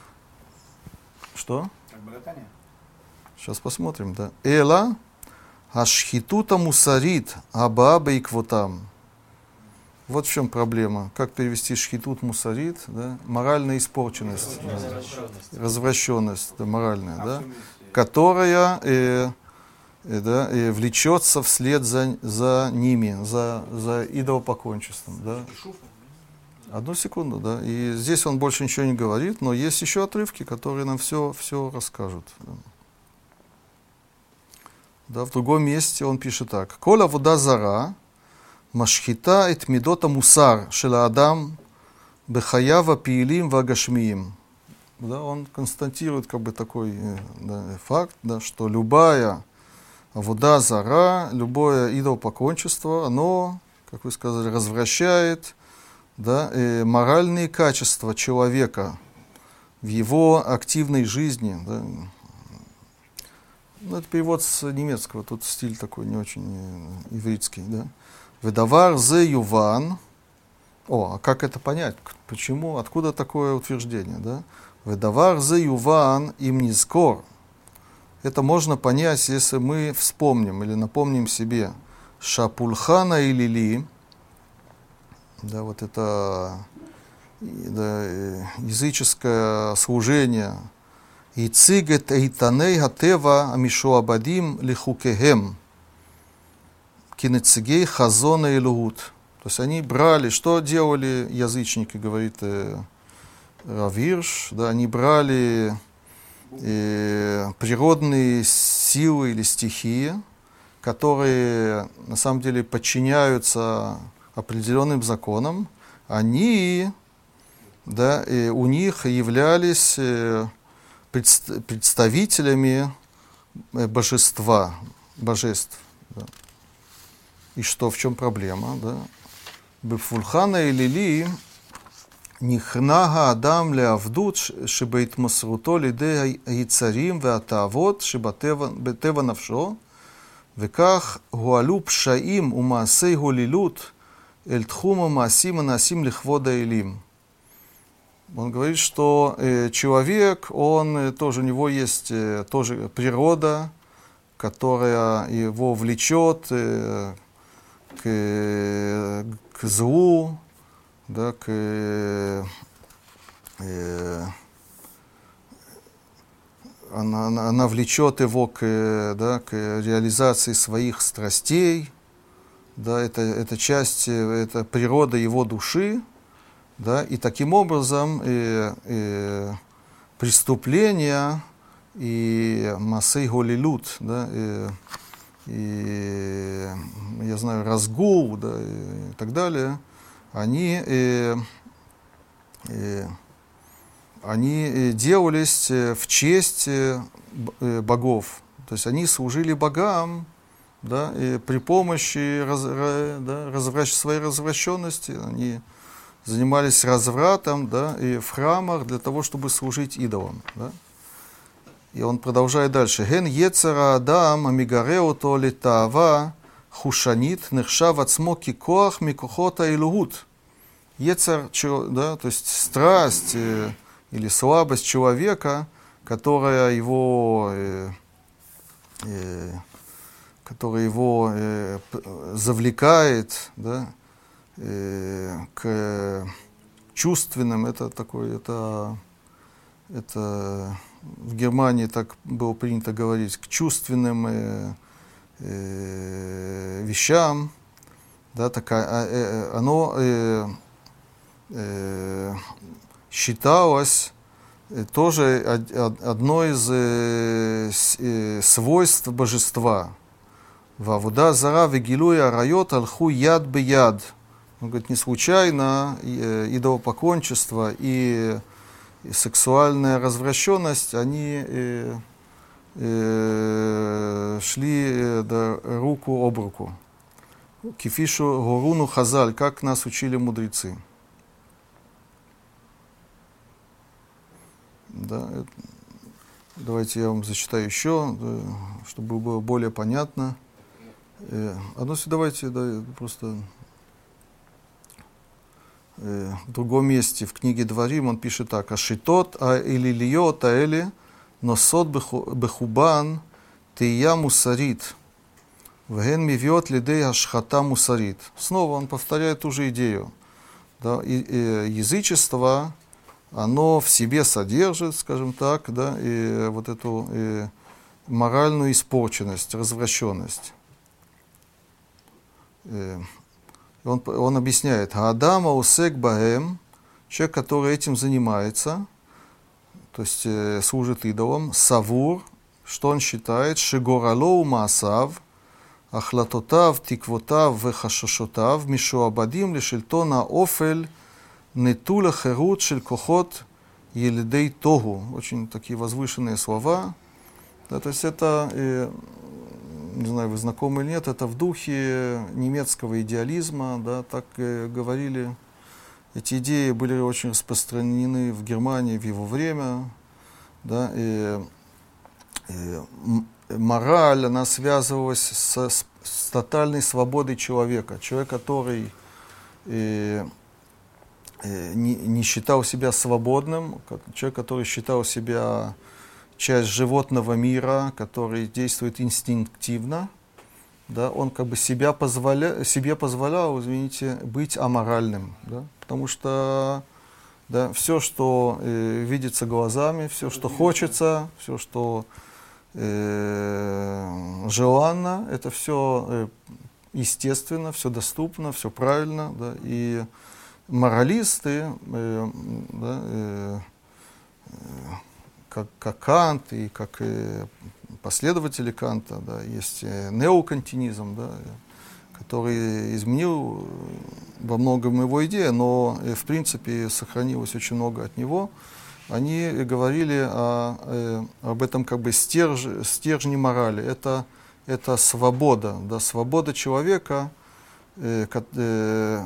Что? Сейчас посмотрим, да. Эла ашхитута мусарит абааба и квотам. Вот в чем проблема. Как перевести шхитут мусарит, да? Моральная испорченность, развращенность, да? развращенность да, моральная, да? Которая э, э, да, э, влечется вслед за, за ними, за, за идолопоклончеством, да? Одну секунду, да. И здесь он больше ничего не говорит, но есть еще отрывки, которые нам все, все расскажут. Да. Да, в другом месте он пишет так. «Кола вода зара, машхита эт медота мусар, шела адам, бехаява пиилим вагашмиим». Да, он констатирует как бы такой да, факт, да, что любая вода зара, любое идолопоклончество, оно, как вы сказали, развращает да, э, моральные качества человека в его активной жизни. Да. Ну, это перевод с немецкого, тут стиль такой не очень э, ивритский. Да. «Ведавар зе юван». О, а как это понять? Почему? Откуда такое утверждение? Да? «Ведавар зе юван им низкор». Это можно понять, если мы вспомним или напомним себе «Шапульхана или ли». Да, вот это да, языческое служение. И цигет эйтаней гатева амишуабадим лихукехем кинецигей хазона и лугут. То есть они брали, что делали язычники, говорит э, Рав Ирш, да, они брали э, природные силы или стихии, которые на самом деле подчиняются определенным законам, они, да, и у них являлись э, предст- представителями божества, божеств. Да. И что, в чем проблема? Да? Бефульхана или ли нихнага адам леавдут шебейтмасруто лиде яцарим веатавот шебатева навшо веках гуалу пшаим умаасей гулилут эльтхума маасима насим лихвода элим. Он говорит, что э, человек, он э, тоже, у него есть э, тоже природа, которая его влечет э, к, к злу, да, к, э, она, она, она влечет его к, да, к реализации своих страстей, да, это, это часть, это природа его души, да, и таким образом э, э, преступления и массей голилут, да, и, и, я знаю, разгул, да, и так далее, они, э, э, они делались в честь богов, то есть они служили богам, да, и при помощи раз, да, развращ, своей развращенности они занимались развратом, да, и в храмах для того, чтобы служить идолам. Да. И он продолжает дальше. Ген ецера адам амигареото литава хушанит нехшав ацмо кикоах микохота илугут. Ецер, да, то есть страсть э, или слабость человека, которая его, э, э, которая его э, завлекает, да, э, к чувственным, это такой, это, это в Германии так было принято говорить, к чувственным э, э, вещам, да, такая, э, оно э, э, считалось э, тоже од, одно из э, с, э, свойств божества. Вавуда зара вегилуя райот алху яд бе яд. Он говорит, не случайно э, идолопоклончество и и сексуальная развращенность, они э, э, шли э, да, руку об руку. Кифишу горуну хазаль, как нас учили мудрецы. Да, это, давайте я вам зачитаю еще, да, чтобы было более понятно. Э, одно, давайте, да, просто... В другом месте, в книге Дворим, он пишет так. Ашитот а илилиот аэли носот бехубан тия мусарит. Вген мивиот лидей ашхата мусарит. Снова он повторяет ту же идею. Да, и, и, язычество, оно в себе содержит, скажем так, да, и вот эту и моральную испорченность, развращенность. И, Он, он объясняет, Адама усек баэм, человек, который этим занимается, то есть э, служит идолам, савур, что он считает, шигоралоу маасав, ахлатотав, тиквотав, вехашашотав, мишуабадим лишельтона офель, нетула херут шелькохот елидей тогу. Очень такие возвышенные слова. Да, то есть это... Э, не знаю, вы знакомы или нет, это в духе немецкого идеализма, да, так э, говорили. Эти идеи были очень распространены в Германии в его время, да, и, и мораль, она связывалась с, с, с тотальной свободой человека. Человек, который э, э, не, не считал себя свободным, человек, который считал себя часть животного мира, который действует инстинктивно, да, он как бы себя позволя, себе позволял, извините, быть аморальным, да, потому что да, все, что э, видится глазами, все, что хочется, все, что э, желанно, это все э, естественно, все доступно, все правильно, да, и моралисты, э, да, э, э, Как, как Кант и как и последователи Канта, да, есть неокантинизм, да, который изменил во многом его идеи, но в принципе сохранилось очень много от него. Они говорили о, об этом как бы стержь, стержне морали. Это, это свобода, да, свобода человека, э, э,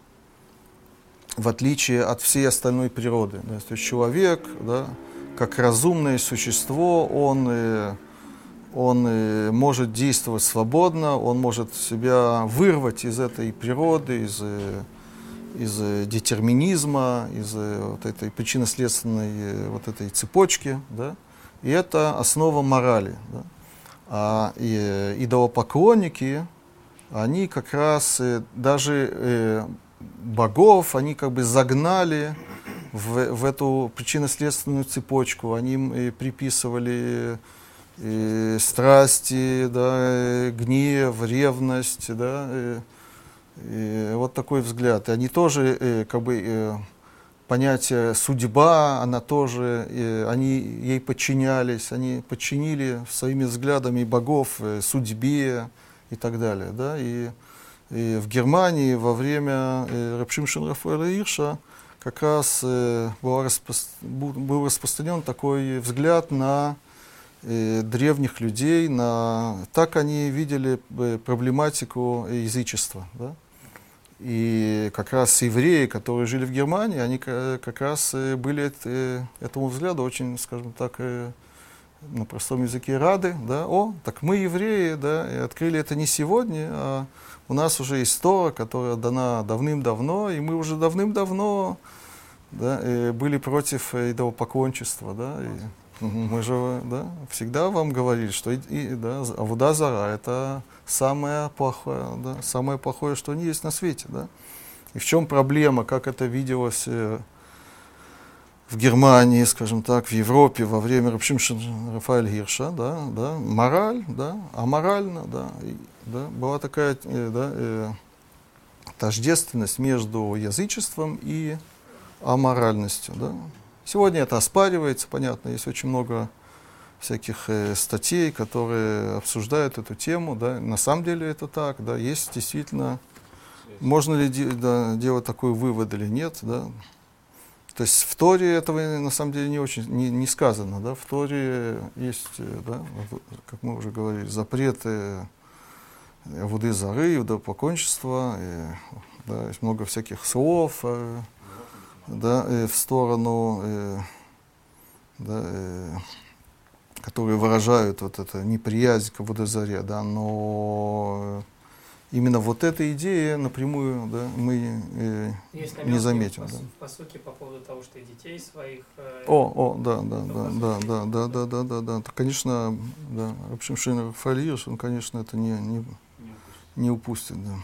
в отличие от всей остальной природы. Да, то есть человек, да, как разумное существо, он, он может действовать свободно, он может себя вырвать из этой природы, из, из детерминизма, из вот этой причинно-следственной вот этой цепочки, да? И это основа морали. Да? А и, идолопоклонники, они как раз даже богов, они как бы загнали в, в эту причинно-следственную цепочку, они им и приписывали и страсти, да, и гнев, ревность, да, и, и вот такой взгляд. И они тоже, и, как бы, и, понятие судьба, она тоже, и, они ей подчинялись, они подчинили своими взглядами богов судьбе и так далее, да, и, и в Германии во время Раб Шимшон Рафаэля Ирша как раз э, был, распро... был распространен такой взгляд на э, древних людей, на... так они видели э, проблематику язычества. Да? И как раз евреи, которые жили в Германии, они как раз э, были э, этому взгляду очень, скажем так, э, на простом языке рады. Да? О, так мы евреи, да, и открыли это не сегодня, а у нас уже есть Тора, которая дана давным-давно, и мы уже давным-давно, да, были против идолопоклонничества. Да, и мы же, да, всегда вам говорили, что и, и, да, авода зара — это самое плохое, да, самое плохое, что есть на свете. Да. И в чем проблема, как это виделось в Германии, скажем так, в Европе во время Раб Шимшон Рафаэля Ирша, да, да, мораль, да, аморально, да, и, да, была такая э, да, э, тождественность между язычеством и аморальностью. Да. Сегодня это оспаривается, понятно, есть очень много всяких э, статей, которые обсуждают эту тему, да, на самом деле это так, да, есть действительно, можно ли де, да, делать такой вывод или нет, да. То есть в Торе этого на самом деле не очень не, не сказано, да. В Торе есть, да, как мы уже говорили, запреты аводы зары, идолопоклонничества, да, есть много всяких слов, э, да, э, в сторону, э, да, э, которые выражают вот это неприязнь к аводе заре, да, но именно вот эта идея напрямую, да, мы э, не заметим. Есть да. в посуке по поводу того, что и детей своих... Э, о, о, да, да, да, да, да, да, да, да, да, да. Конечно, да, Раб Шимшон Рафаэль Ирш, он, конечно, это не, не, не упустит, да.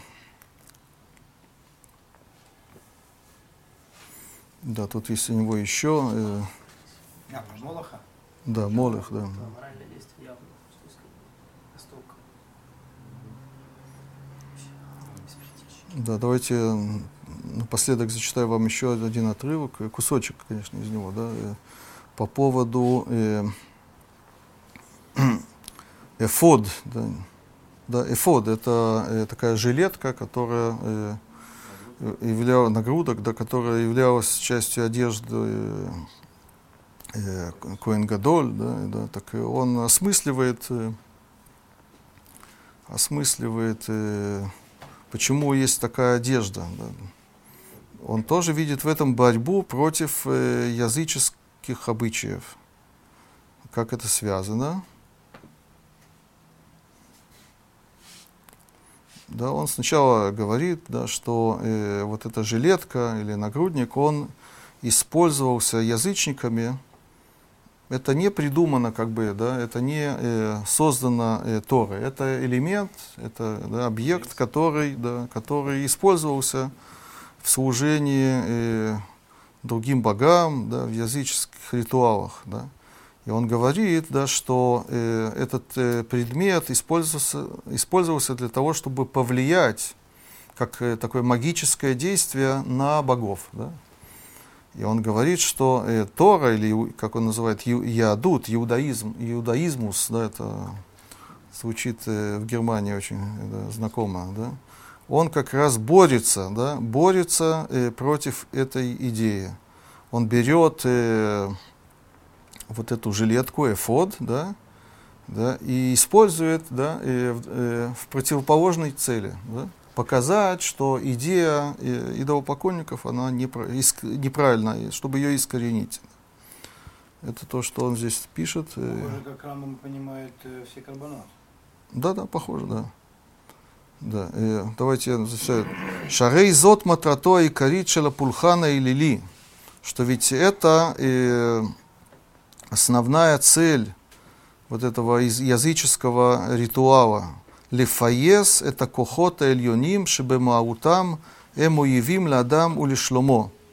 Да, тут есть у него еще... Э, А, Молоха? да, Молох, да. Моральное действие явно. Настолько. Да, давайте напоследок зачитаю вам еще один отрывок, кусочек, конечно, из него, да, э, по поводу э, эфод, да, да, эфод — это э, такая жилетка, которая э, являлась, нагрудок, да, которая являлась частью одежды э, э, Коэн Гадоль, да, да, так он осмысливает, э, осмысливает э, почему есть такая одежда. Да. Он тоже видит в этом борьбу против э, языческих обычаев. Как это связано? Да, он сначала говорит, да, что э, вот эта жилетка или нагрудник, он использовался язычниками. Это не придумано, как бы, да, это не э, создано э, Торой. Это элемент, это, да, объект, который, да, который использовался в служении э, другим богам, да, в языческих ритуалах. Да. И он говорит, да, что э, этот э, предмет использовался, использовался для того, чтобы повлиять, как э, такое магическое действие на богов. Да. И он говорит, что э, Тора, или, как он называет, Яадут, иудаизм, иудаизмус, да, это звучит э, в Германии очень, да, знакомо, да, он как раз борется, да, борется э, против этой идеи. Он берет э, вот эту жилетку, эфод, да, да, и использует, да, э, э, в противоположной цели. Да, показать, что идея идолопоклонников, она неправильна, чтобы ее искоренить. Это то, что он здесь пишет. Похоже, как Рамбам понимает э, все карбонаты. Да, да, похоже, да. Да. И давайте я зачитаю. Шарей зот матрато и карит шела пульхана и лили. Что ведь это э, основная цель вот этого языческого ритуала. Лефаес это кохота эльоним шебемаутам эмуевим ладам улишломо.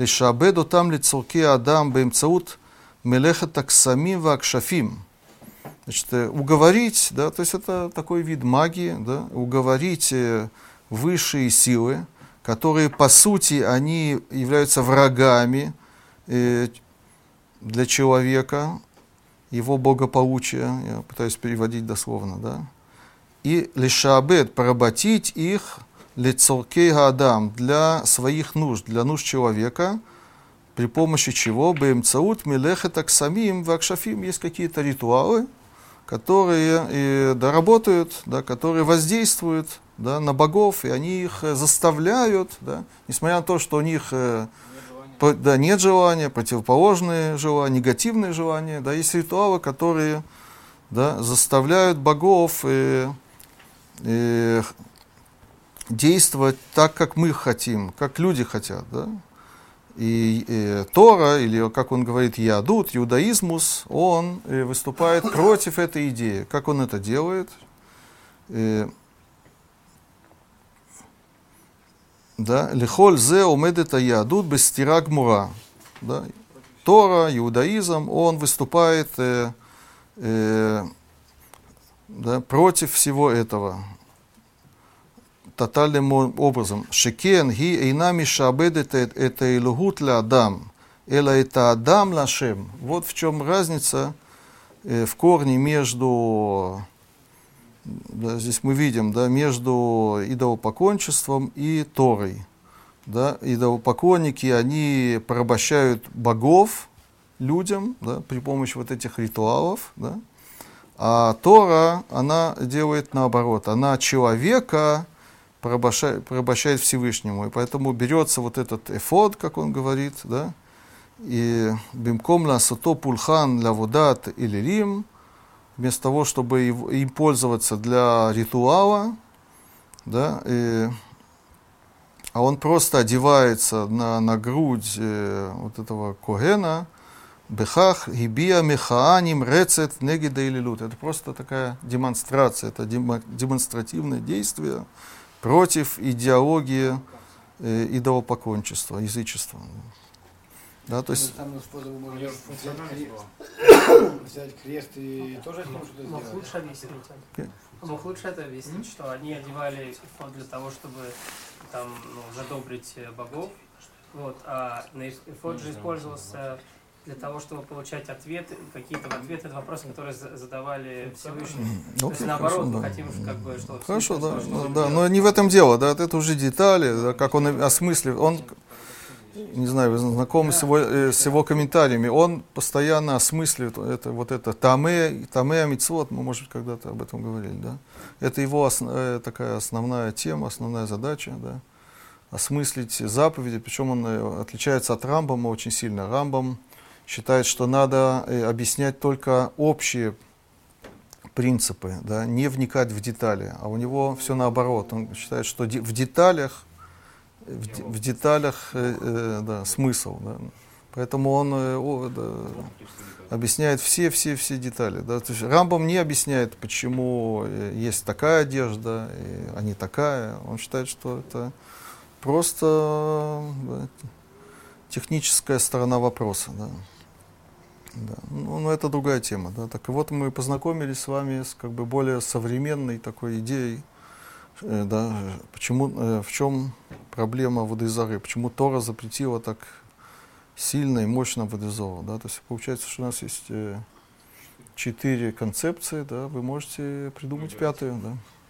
לשעבד אותם לצורכי האדם באמצעות מלאכת הקסמים והכשפים. Значит, уговорить, да, то есть это такой вид магии, да, уговорить высшие силы, которые по сути они являются врагами э, для человека, его благополучия, я пытаюсь переводить дословно, да, и лишабед, поработить их лецоркей гадам, для своих нужд, для нужд человека, при помощи чего бэмцаут милехет аксамим вакшафим, есть какие-то ритуалы, которые и, да, работают, да, которые воздействуют, да, на богов, и они их заставляют, да, несмотря на то, что у них э, по, да, нет желания, противоположные желания, негативные желания, да, есть ритуалы, которые, да, заставляют богов э, э, действовать так, как мы хотим, как люди хотят, да. И э, Тора, или, как он говорит, Ядут, иудаизмус, он э, выступает против этой идеи. Как он это делает? Э, да, лихоль зе омедет Ядут бестира гмура. Да. Тора, иудаизм, он выступает э, э, да, против всего этого. Тотальным образом. Шекен ги эйнами шабедет это илугут ля адам, эла это адам лашем. Вот в чем разница э, в корне между, да, здесь мы видим, да, между идолопоклонничеством и Торой. Да, идолопоклонники, они порабощают богов людям, да, при помощи вот этих ритуалов, да, а Тора, она делает наоборот, она человека порабощает, порабощает Всевышнему. И поэтому берется вот этот эфод, как он говорит, да, и бимком ласото пульхан для водат или рим, вместо того, чтобы им пользоваться для ритуала, да, и, а он просто одевается на, на грудь э, вот этого когена, бехах гибия мехааним рецет негида или лут. Это просто такая демонстрация, это демонстративное действие против идеологии э, идолопоклонничества, язычества. Да, то есть... Самым способом можно взять крест, взять крест и тоже с ним что-то Мог сделать. лучше объяснить. Мог лучше это объяснить, что они одевали эфод для того, чтобы там, ну, задобрить богов, вот, а эфод же использовался для того, чтобы получать ответы, какие-то ответы на вопросы, которые задавали Всевышнему. Ну, То есть наоборот, хорошо, мы да. хотим, как бы, что Хорошо, да, Всевышний да, да, но не в этом дело, да, это уже детали, да, как он осмыслив, он, не знаю, вы знакомы с его, э, с его комментариями, он постоянно осмысливает это, вот это таме, таме амитцвот, мы, может, когда-то об этом говорили, да, это его ос, э, такая основная тема, основная задача, да, осмыслить заповеди, причем он э, отличается от Рамбама очень сильно. Рамбам считает, что надо э, объяснять только общие принципы, да, не вникать в детали, а у него все наоборот. Он считает, что де- в деталях, в, де- в деталях э, э, да, смысл. Да. Поэтому он э, о, да, объясняет все-все-все детали. Да. То есть Рамбам не объясняет, почему э, есть такая одежда, и, а не такая. Он считает, что это просто да, техническая сторона вопроса. Да. Да. Ну, но это другая тема. Да. Так и вот мы познакомились с вами с как бы более современной такой идеей, э, да, почему, э, в чем проблема водоизоры, почему Тора запретила так сильно и мощно водоизор. Да. То есть получается, что у нас есть э, четыре концепции, да, вы можете придумать пятую. Да.